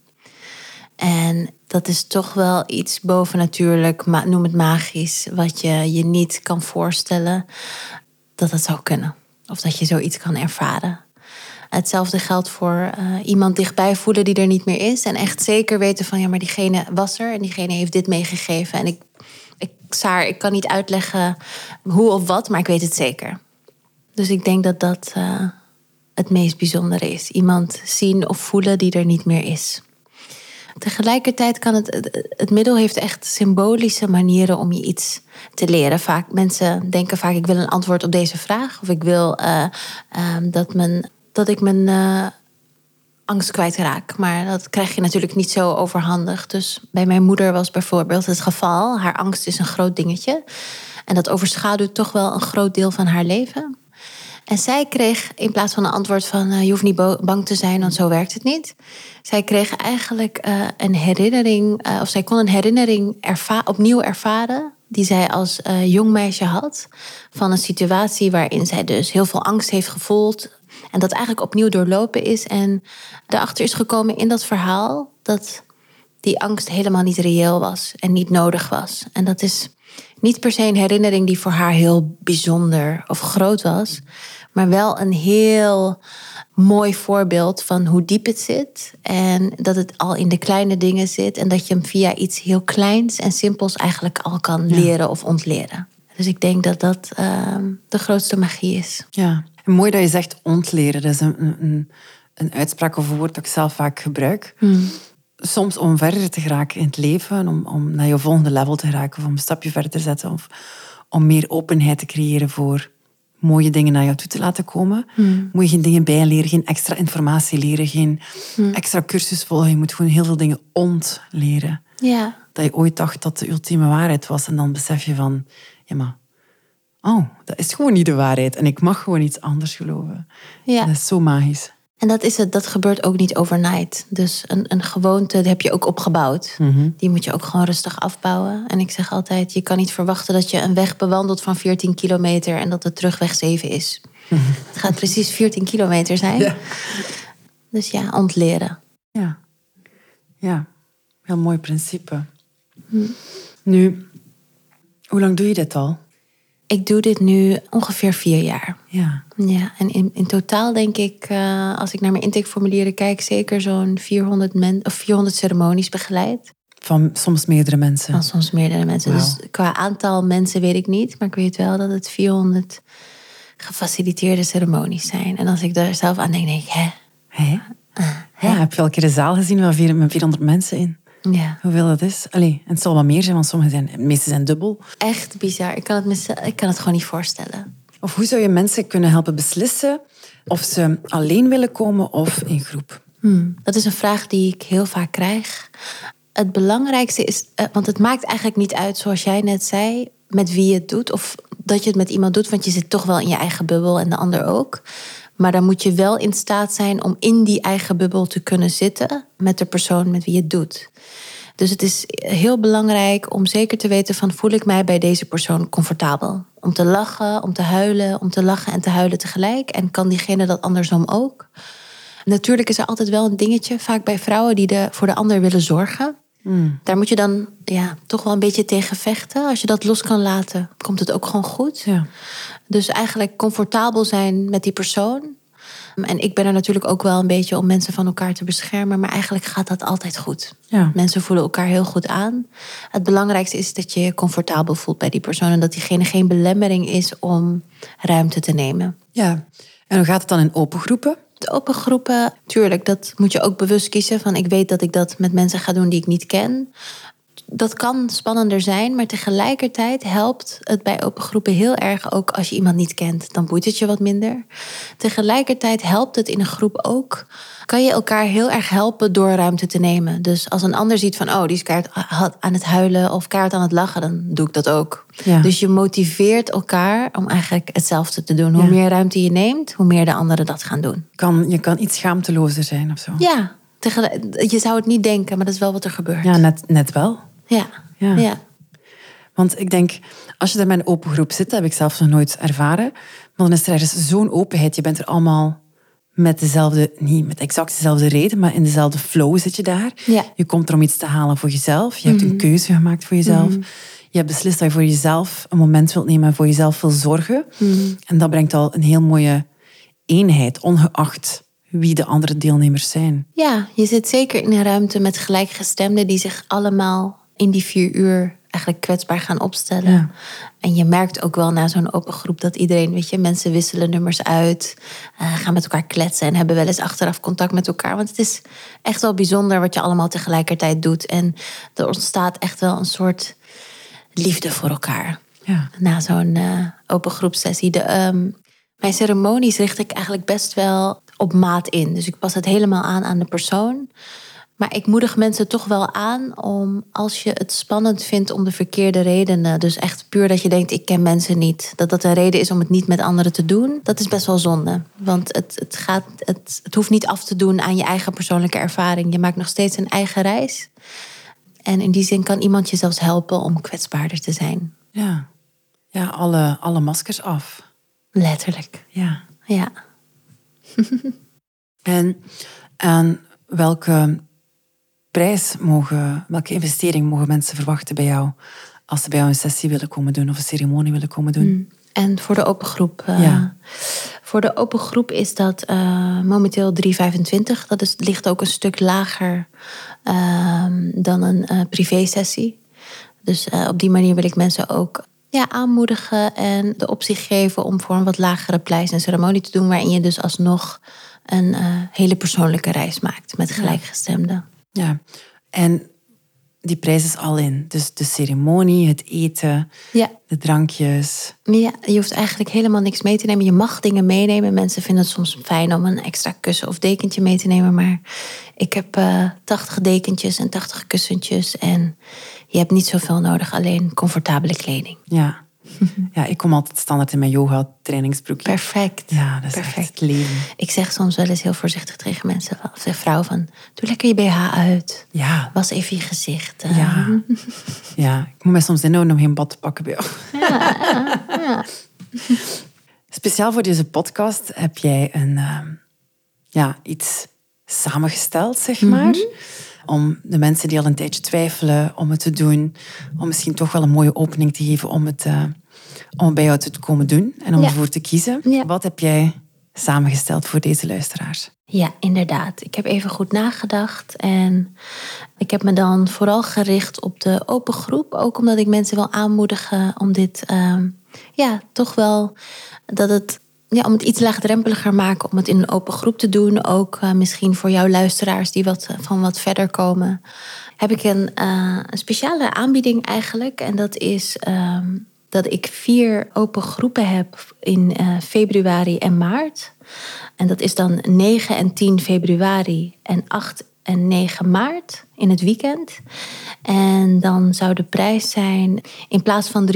En dat is toch wel iets bovennatuurlijk, noem het magisch, wat je je niet kan voorstellen dat het zou kunnen. Of dat je zoiets kan ervaren. Hetzelfde geldt voor iemand dichtbij voelen die er niet meer is. En echt zeker weten van, maar diegene was er en diegene heeft dit meegegeven. En ik kan niet uitleggen hoe of wat, maar ik weet het zeker. Dus ik denk dat dat het meest bijzondere is. Iemand zien of voelen die er niet meer is. Tegelijkertijd kan het middel heeft echt symbolische manieren om je iets te leren. Mensen denken vaak, ik wil een antwoord op deze vraag. Of ik wil dat ik mijn angst kwijtraak. Maar dat krijg je natuurlijk niet zo overhandig. Dus bij mijn moeder was bijvoorbeeld het geval. Haar angst is een groot dingetje. En dat overschaduwt toch wel een groot deel van haar leven. En zij kreeg in plaats van een antwoord van je hoeft niet bang te zijn, want zo werkt het niet. Zij kreeg eigenlijk een herinnering, of zij kon een herinnering opnieuw ervaren die zij als jong meisje had. Van een situatie waarin zij dus heel veel angst heeft gevoeld. En dat eigenlijk opnieuw doorlopen is. En erachter is gekomen in dat verhaal dat die angst helemaal niet reëel was en niet nodig was. En dat is niet per se een herinnering die voor haar heel bijzonder of groot was. Maar wel een heel mooi voorbeeld van hoe diep het zit. En dat het al in de kleine dingen zit. En dat je hem via iets heel kleins en simpels eigenlijk al kan leren of ontleren. Dus ik denk dat dat de grootste magie is. Ja, en mooi dat je zegt ontleren. Dat is een uitspraak of een woord dat ik zelf vaak gebruik. Soms om verder te geraken in het leven, om naar je volgende level te geraken, of om een stapje verder te zetten, of om meer openheid te creëren voor mooie dingen naar jou toe te laten komen. Moet je geen dingen bijleren, geen extra informatie leren, geen extra cursus volgen. Je moet gewoon heel veel dingen ontleren. Ja. Dat je ooit dacht dat de ultieme waarheid was. En dan besef je van, ja maar, dat is gewoon niet de waarheid. En ik mag gewoon iets anders geloven. Ja. Dat is zo magisch. En dat is het, dat gebeurt ook niet overnight. Dus een gewoonte, die heb je ook opgebouwd. Die moet je ook gewoon rustig afbouwen. En ik zeg altijd, je kan niet verwachten dat je een weg bewandelt van 14 kilometer... en dat de terugweg 7 is. Het gaat precies 14 kilometer zijn. Ja. Dus ja, ontleren. Ja, heel mooi principe. Nu, hoe lang doe je dit al? Ik doe dit nu ongeveer 4 jaar. Ja. Ja, en in totaal denk ik, als ik naar mijn intakeformulieren kijk... zeker zo'n 400 ceremonies begeleid. Van soms meerdere mensen? Van soms meerdere mensen. Wow. Dus qua aantal mensen weet ik niet. Maar ik weet wel dat het 400 gefaciliteerde ceremonies zijn. En als ik daar zelf aan denk, hè? Ja, heb je al een keer een zaal gezien met 400 mensen in? Ja. Hoeveel dat is? Allee, en het zal wat meer zijn, want de meeste zijn dubbel. Echt bizar. Ik kan het gewoon niet voorstellen. Of hoe zou je mensen kunnen helpen beslissen of ze alleen willen komen of in groep? Dat is een vraag die ik heel vaak krijg. Het belangrijkste is, want het maakt eigenlijk niet uit, zoals jij net zei, met wie je het doet. Of dat je het met iemand doet, want je zit toch wel in je eigen bubbel en de ander ook. Maar dan moet je wel in staat zijn om in die eigen bubbel te kunnen zitten met de persoon met wie je het doet. Dus het is heel belangrijk om zeker te weten van, voel ik mij bij deze persoon comfortabel? Om te lachen, om te huilen, om te lachen en te huilen tegelijk. En kan diegene dat andersom ook? Natuurlijk is er altijd wel een dingetje, vaak bij vrouwen die voor de ander willen zorgen. Daar moet je dan toch wel een beetje tegen vechten. Als je dat los kan laten, komt het ook gewoon goed. Ja. Dus eigenlijk comfortabel zijn met die persoon. En ik ben er natuurlijk ook wel een beetje om mensen van elkaar te beschermen. Maar eigenlijk gaat dat altijd goed. Ja. Mensen voelen elkaar heel goed aan. Het belangrijkste is dat je je comfortabel voelt bij die persoon. En dat diegene geen belemmering is om ruimte te nemen. Ja. En hoe gaat het dan in open groepen? De open groepen, tuurlijk, dat moet je ook bewust kiezen. Van ik weet dat ik dat met mensen ga doen die ik niet ken. Dat kan spannender zijn, maar tegelijkertijd helpt het bij open groepen heel erg ook als je iemand niet kent. Dan boeit het je wat minder. Tegelijkertijd helpt het in een groep ook. Kan je elkaar heel erg helpen door ruimte te nemen. Dus als een ander ziet van, die is keihard aan het huilen of keihard aan het lachen, dan doe ik dat ook. Ja. Dus je motiveert elkaar om eigenlijk hetzelfde te doen. Hoe meer ruimte je neemt, hoe meer de anderen dat gaan doen. Je kan iets schaamtelozer zijn of zo. Ja, je zou het niet denken, maar dat is wel wat er gebeurt. Ja, net wel. Ja. Want ik denk, als je daar met een open groep zit, dat heb ik zelf nog nooit ervaren, maar dan is er ergens zo'n openheid. Je bent er allemaal met dezelfde, niet met exact dezelfde reden, maar in dezelfde flow zit je daar. Ja. Je komt er om iets te halen voor jezelf. Je hebt een keuze gemaakt voor jezelf. Je hebt beslist dat je voor jezelf een moment wilt nemen en voor jezelf wil zorgen. En dat brengt al een heel mooie eenheid, ongeacht wie de andere deelnemers zijn. Ja, je zit zeker in een ruimte met gelijkgestemden die zich allemaal in die 4 uur eigenlijk kwetsbaar gaan opstellen. Ja. En je merkt ook wel na zo'n open groep dat iedereen, mensen wisselen nummers uit, gaan met elkaar kletsen en hebben wel eens achteraf contact met elkaar. Want het is echt wel bijzonder wat je allemaal tegelijkertijd doet. En er ontstaat echt wel een soort liefde voor elkaar. Ja. Na zo'n open groepsessie. Mijn ceremonies richt ik eigenlijk best wel op maat in. Dus ik pas het helemaal aan de persoon. Maar ik moedig mensen toch wel aan om, als je het spannend vindt om de verkeerde redenen, dus echt puur dat je denkt, ik ken mensen niet, dat een reden is om het niet met anderen te doen, dat is best wel zonde. Want het hoeft niet af te doen aan je eigen persoonlijke ervaring. Je maakt nog steeds een eigen reis. En in die zin kan iemand je zelfs helpen om kwetsbaarder te zijn. Ja, alle maskers af. Letterlijk. Ja. Ja. En welke welke investering mogen mensen verwachten bij jou als ze bij jou een sessie willen komen doen of een ceremonie willen komen doen? En voor de open groep? Voor de open groep is dat momenteel $325. Dat ligt ook een stuk lager dan een privé-sessie. Dus op die manier wil ik mensen ook aanmoedigen en de optie geven om voor een wat lagere prijs een ceremonie te doen, waarin je dus alsnog een hele persoonlijke reis maakt met gelijkgestemden. Ja, en die prijs is al in. Dus de ceremonie, het eten, de drankjes. Ja, je hoeft eigenlijk helemaal niks mee te nemen. Je mag dingen meenemen. Mensen vinden het soms fijn om een extra kussen of dekentje mee te nemen. Maar ik heb 80 dekentjes en 80 kussentjes. En je hebt niet zoveel nodig, alleen comfortabele kleding. Ja. Ja, ik kom altijd standaard in mijn yoga-trainingsbroekje. Perfect. Ja, dat is Perfect. echt het leven. Ik zeg soms wel eens heel voorzichtig tegen mensen, of zeg vrouwen van, doe lekker je BH uit. Ja. Was even je gezicht. Ja, ik moet mij soms inhouden om geen bad te pakken bij jou. Ja. Speciaal voor deze podcast heb jij iets samengesteld, zeg maar. Om de mensen die al een tijdje twijfelen om het te doen, om misschien toch wel een mooie opening te geven om het bij jou te komen doen en om ervoor te kiezen. Ja. Wat heb jij samengesteld voor deze luisteraars? Ja, inderdaad. Ik heb even goed nagedacht en ik heb me dan vooral gericht op de open groep. Ook omdat ik mensen wil aanmoedigen om dit, toch wel dat het... Ja, om het iets laagdrempeliger maken om het in een open groep te doen. Ook misschien voor jouw luisteraars die wat verder komen. Heb ik een speciale aanbieding eigenlijk. En dat is dat ik 4 open groepen heb in februari en maart. En dat is dan 9 en 10 februari en 8 en 9 maart in het weekend. En dan zou de prijs zijn, in plaats van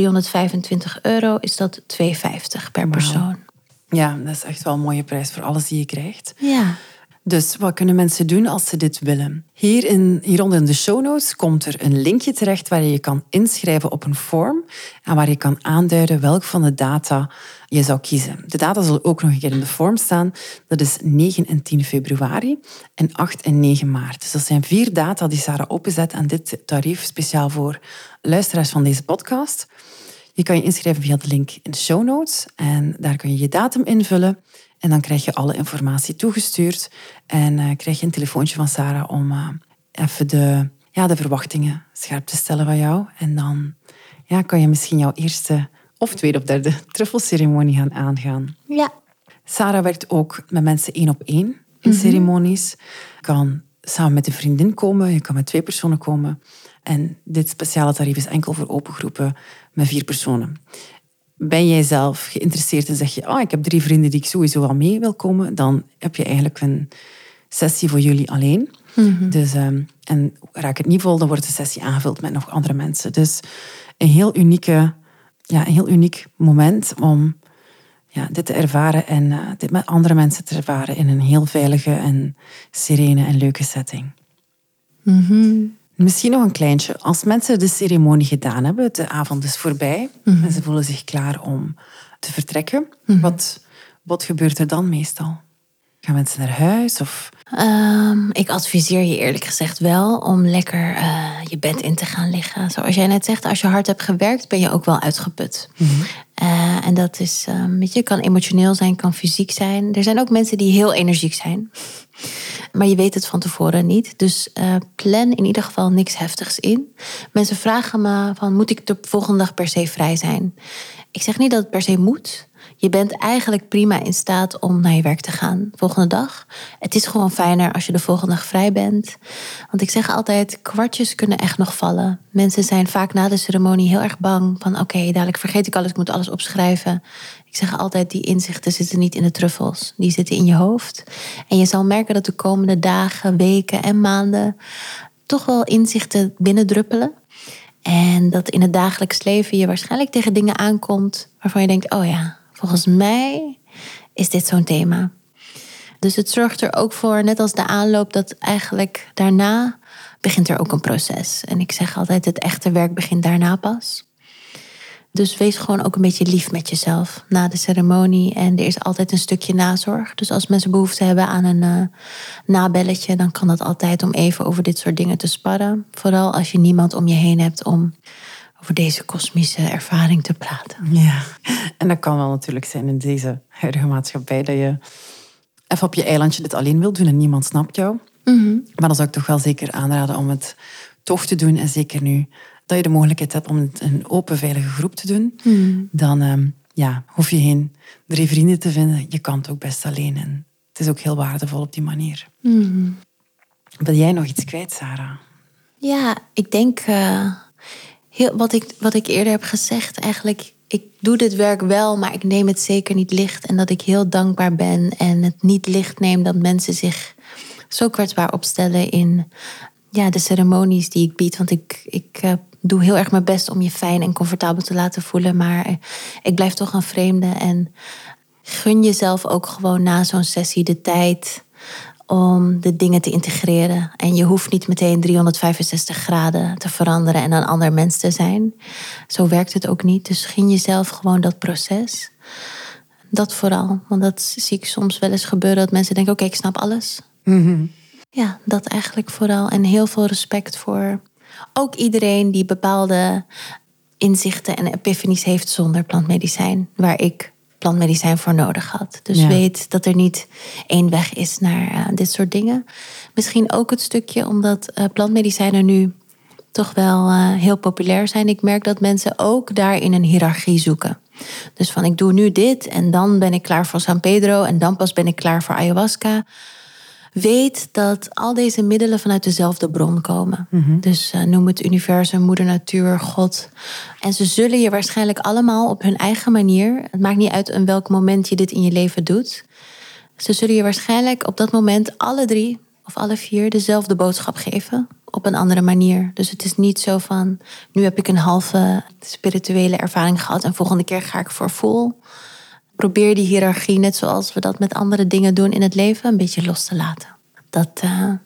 €325, is dat €250 per persoon. Ja, dat is echt wel een mooie prijs voor alles die je krijgt. Ja. Dus wat kunnen mensen doen als ze dit willen? Hieronder in de show notes komt er een linkje terecht waar je je kan inschrijven op een form en waar je kan aanduiden welk van de data je zou kiezen. De data zullen ook nog een keer in de form staan. Dat is 9 en 10 februari en 8 en 9 maart. Dus dat zijn 4 data die Sarah openzet aan dit tarief speciaal voor luisteraars van deze podcast. Je kan je inschrijven via de link in de show notes en daar kun je je datum invullen. En dan krijg je alle informatie toegestuurd en krijg je een telefoontje van Sarah om even de verwachtingen scherp te stellen van jou. En dan kan je misschien jouw eerste of tweede of derde truffelceremonie gaan aangaan. Ja. Sarah werkt ook met mensen 1-op-1 in ceremonies. Je kan samen met een vriendin komen, je kan met 2 personen komen. En dit speciale tarief is enkel voor open groepen met 4 personen. Ben jij zelf geïnteresseerd en zeg je, ik heb 3 vrienden die ik sowieso wel mee wil komen, dan heb je eigenlijk een sessie voor jullie alleen. Dus, en raak het niet vol, dan wordt de sessie aangevuld met nog andere mensen. Dus een heel uniek moment om dit te ervaren en dit met andere mensen te ervaren in een heel veilige en serene en leuke setting. Misschien nog een kleintje. Als mensen de ceremonie gedaan hebben, de avond is voorbij en ze voelen zich klaar om te vertrekken, wat gebeurt er dan meestal? Gaan mensen naar huis? Of? Ik adviseer je eerlijk gezegd wel om lekker je bed in te gaan liggen. Zoals jij net zegt, als je hard hebt gewerkt, ben je ook wel uitgeput. En dat is, kan emotioneel zijn, kan fysiek zijn. Er zijn ook mensen die heel energiek zijn. Maar je weet het van tevoren niet. Dus plan in ieder geval niks heftigs in. Mensen vragen me van, moet ik de volgende dag per se vrij zijn? Ik zeg niet dat het per se moet. Je bent eigenlijk prima in staat om naar je werk te gaan de volgende dag. Het is gewoon fijner als je de volgende dag vrij bent. Want ik zeg altijd, kwartjes kunnen echt nog vallen. Mensen zijn vaak na de ceremonie heel erg bang. Van oké, dadelijk vergeet ik alles, ik moet alles opschrijven. Ik zeg altijd, die inzichten zitten niet in de truffels. Die zitten in je hoofd. En je zal merken dat de komende dagen, weken en maanden toch wel inzichten binnendruppelen. En dat in het dagelijks leven je waarschijnlijk tegen dingen aankomt waarvan je denkt, volgens mij is dit zo'n thema. Dus het zorgt er ook voor, net als de aanloop, dat eigenlijk daarna begint er ook een proces. En ik zeg altijd, het echte werk begint daarna pas. Dus wees gewoon ook een beetje lief met jezelf na de ceremonie. En er is altijd een stukje nazorg. Dus als mensen behoefte hebben aan een nabelletje, dan kan dat altijd om even over dit soort dingen te sparren. Vooral als je niemand om je heen hebt om over deze kosmische ervaring te praten. Ja, en dat kan wel natuurlijk zijn in deze huidige maatschappij, dat je even op je eilandje dit alleen wil doen en niemand snapt jou. Maar dan zou ik toch wel zeker aanraden om het toch te doen. En zeker nu dat je de mogelijkheid hebt om het in een open, veilige groep te doen. Dan hoef je geen 3 vrienden te vinden. Je kan het ook best alleen. En het is ook heel waardevol op die manier. Wil jij nog iets kwijt, Sarah? Ja, ik denk wat ik eerder heb gezegd eigenlijk. Ik doe dit werk wel, maar ik neem het zeker niet licht. En dat ik heel dankbaar ben en het niet licht neem dat mensen zich zo kwetsbaar opstellen in de ceremonies die ik bied. Want ik doe heel erg mijn best om je fijn en comfortabel te laten voelen. Maar ik blijf toch een vreemde. En gun jezelf ook gewoon na zo'n sessie de tijd om de dingen te integreren. En je hoeft niet meteen 365 graden te veranderen en een ander mens te zijn. Zo werkt het ook niet. Dus gun jezelf gewoon dat proces. Dat vooral. Want dat zie ik soms wel eens gebeuren. Dat mensen denken, oké, ik snap alles. Mm-hmm. Ja, dat eigenlijk vooral. En heel veel respect voor ook iedereen die bepaalde inzichten en epiphanies heeft zonder plantmedicijn. Waar ik plantmedicijn voor nodig had. Dus weet dat er niet één weg is naar dit soort dingen. Misschien ook het stukje omdat plantmedicijnen nu toch wel heel populair zijn. Ik merk dat mensen ook daarin een hiërarchie zoeken. Dus van ik doe nu dit en dan ben ik klaar voor San Pedro en dan pas ben ik klaar voor ayahuasca. Weet dat al deze middelen vanuit dezelfde bron komen. Mm-hmm. Dus noem het universum, moeder natuur, God. En ze zullen je waarschijnlijk allemaal op hun eigen manier... het maakt niet uit in welk moment je dit in je leven doet... ze zullen je waarschijnlijk op dat moment alle 3 of alle 4 dezelfde boodschap geven... op een andere manier. Dus het is niet zo van... nu heb ik een halve spirituele ervaring gehad... en volgende keer ga ik voor full... Probeer die hiërarchie, net zoals we dat met andere dingen doen in het leven, een beetje los te laten. Dat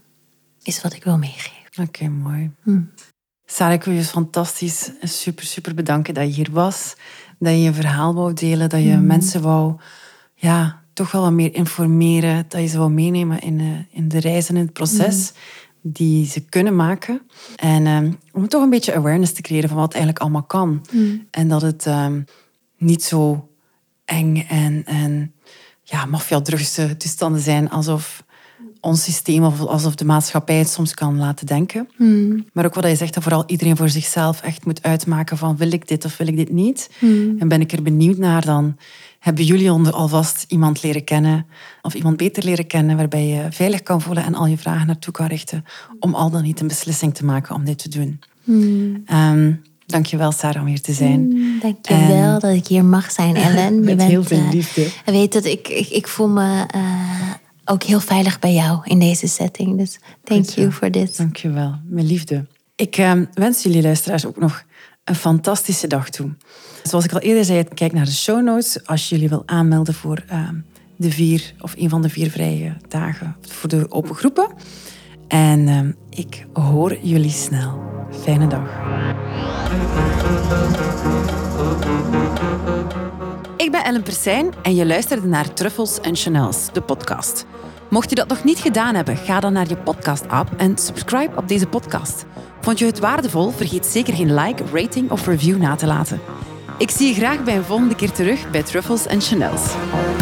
is wat ik wil meegeven. Oké, mooi. Sarah, ik wil je fantastisch en super, super bedanken dat je hier was. Dat je je verhaal wou delen. Dat je mensen wou toch wel wat meer informeren. Dat je ze wou meenemen in de reizen, in het proces die ze kunnen maken. En om toch een beetje awareness te creëren van wat eigenlijk allemaal kan. En dat het niet zo eng en maffia-drugse toestanden zijn alsof ons systeem of alsof de maatschappij het soms kan laten denken. Maar ook wat je zegt, dat vooral iedereen voor zichzelf echt moet uitmaken van wil ik dit of wil ik dit niet? En ben ik er benieuwd naar, dan hebben jullie alvast iemand leren kennen of iemand beter leren kennen waarbij je veilig kan voelen en al je vragen naartoe kan richten om al dan niet een beslissing te maken om dit te doen. Dankjewel, Sarah, om hier te zijn. Dankjewel dat ik hier mag zijn, Ellen. Met heel veel liefde. Weet dat ik voel me ook heel veilig bij jou in deze setting. Dus thank you voor dit. Dankjewel, met liefde. Ik wens jullie luisteraars ook nog een fantastische dag toe. Zoals ik al eerder zei, kijk naar de show notes als je jullie wil aanmelden voor de 4 of een van de 4 vrije dagen voor de open groepen. En ik hoor jullie snel. Fijne dag. Ik ben Ellen Persijn en je luisterde naar Truffles and Chanels, de podcast. Mocht je dat nog niet gedaan hebben, ga dan naar je podcast-app en subscribe op deze podcast. Vond je het waardevol? Vergeet zeker geen like, rating of review na te laten. Ik zie je graag bij een volgende keer terug bij Truffles and Chanels.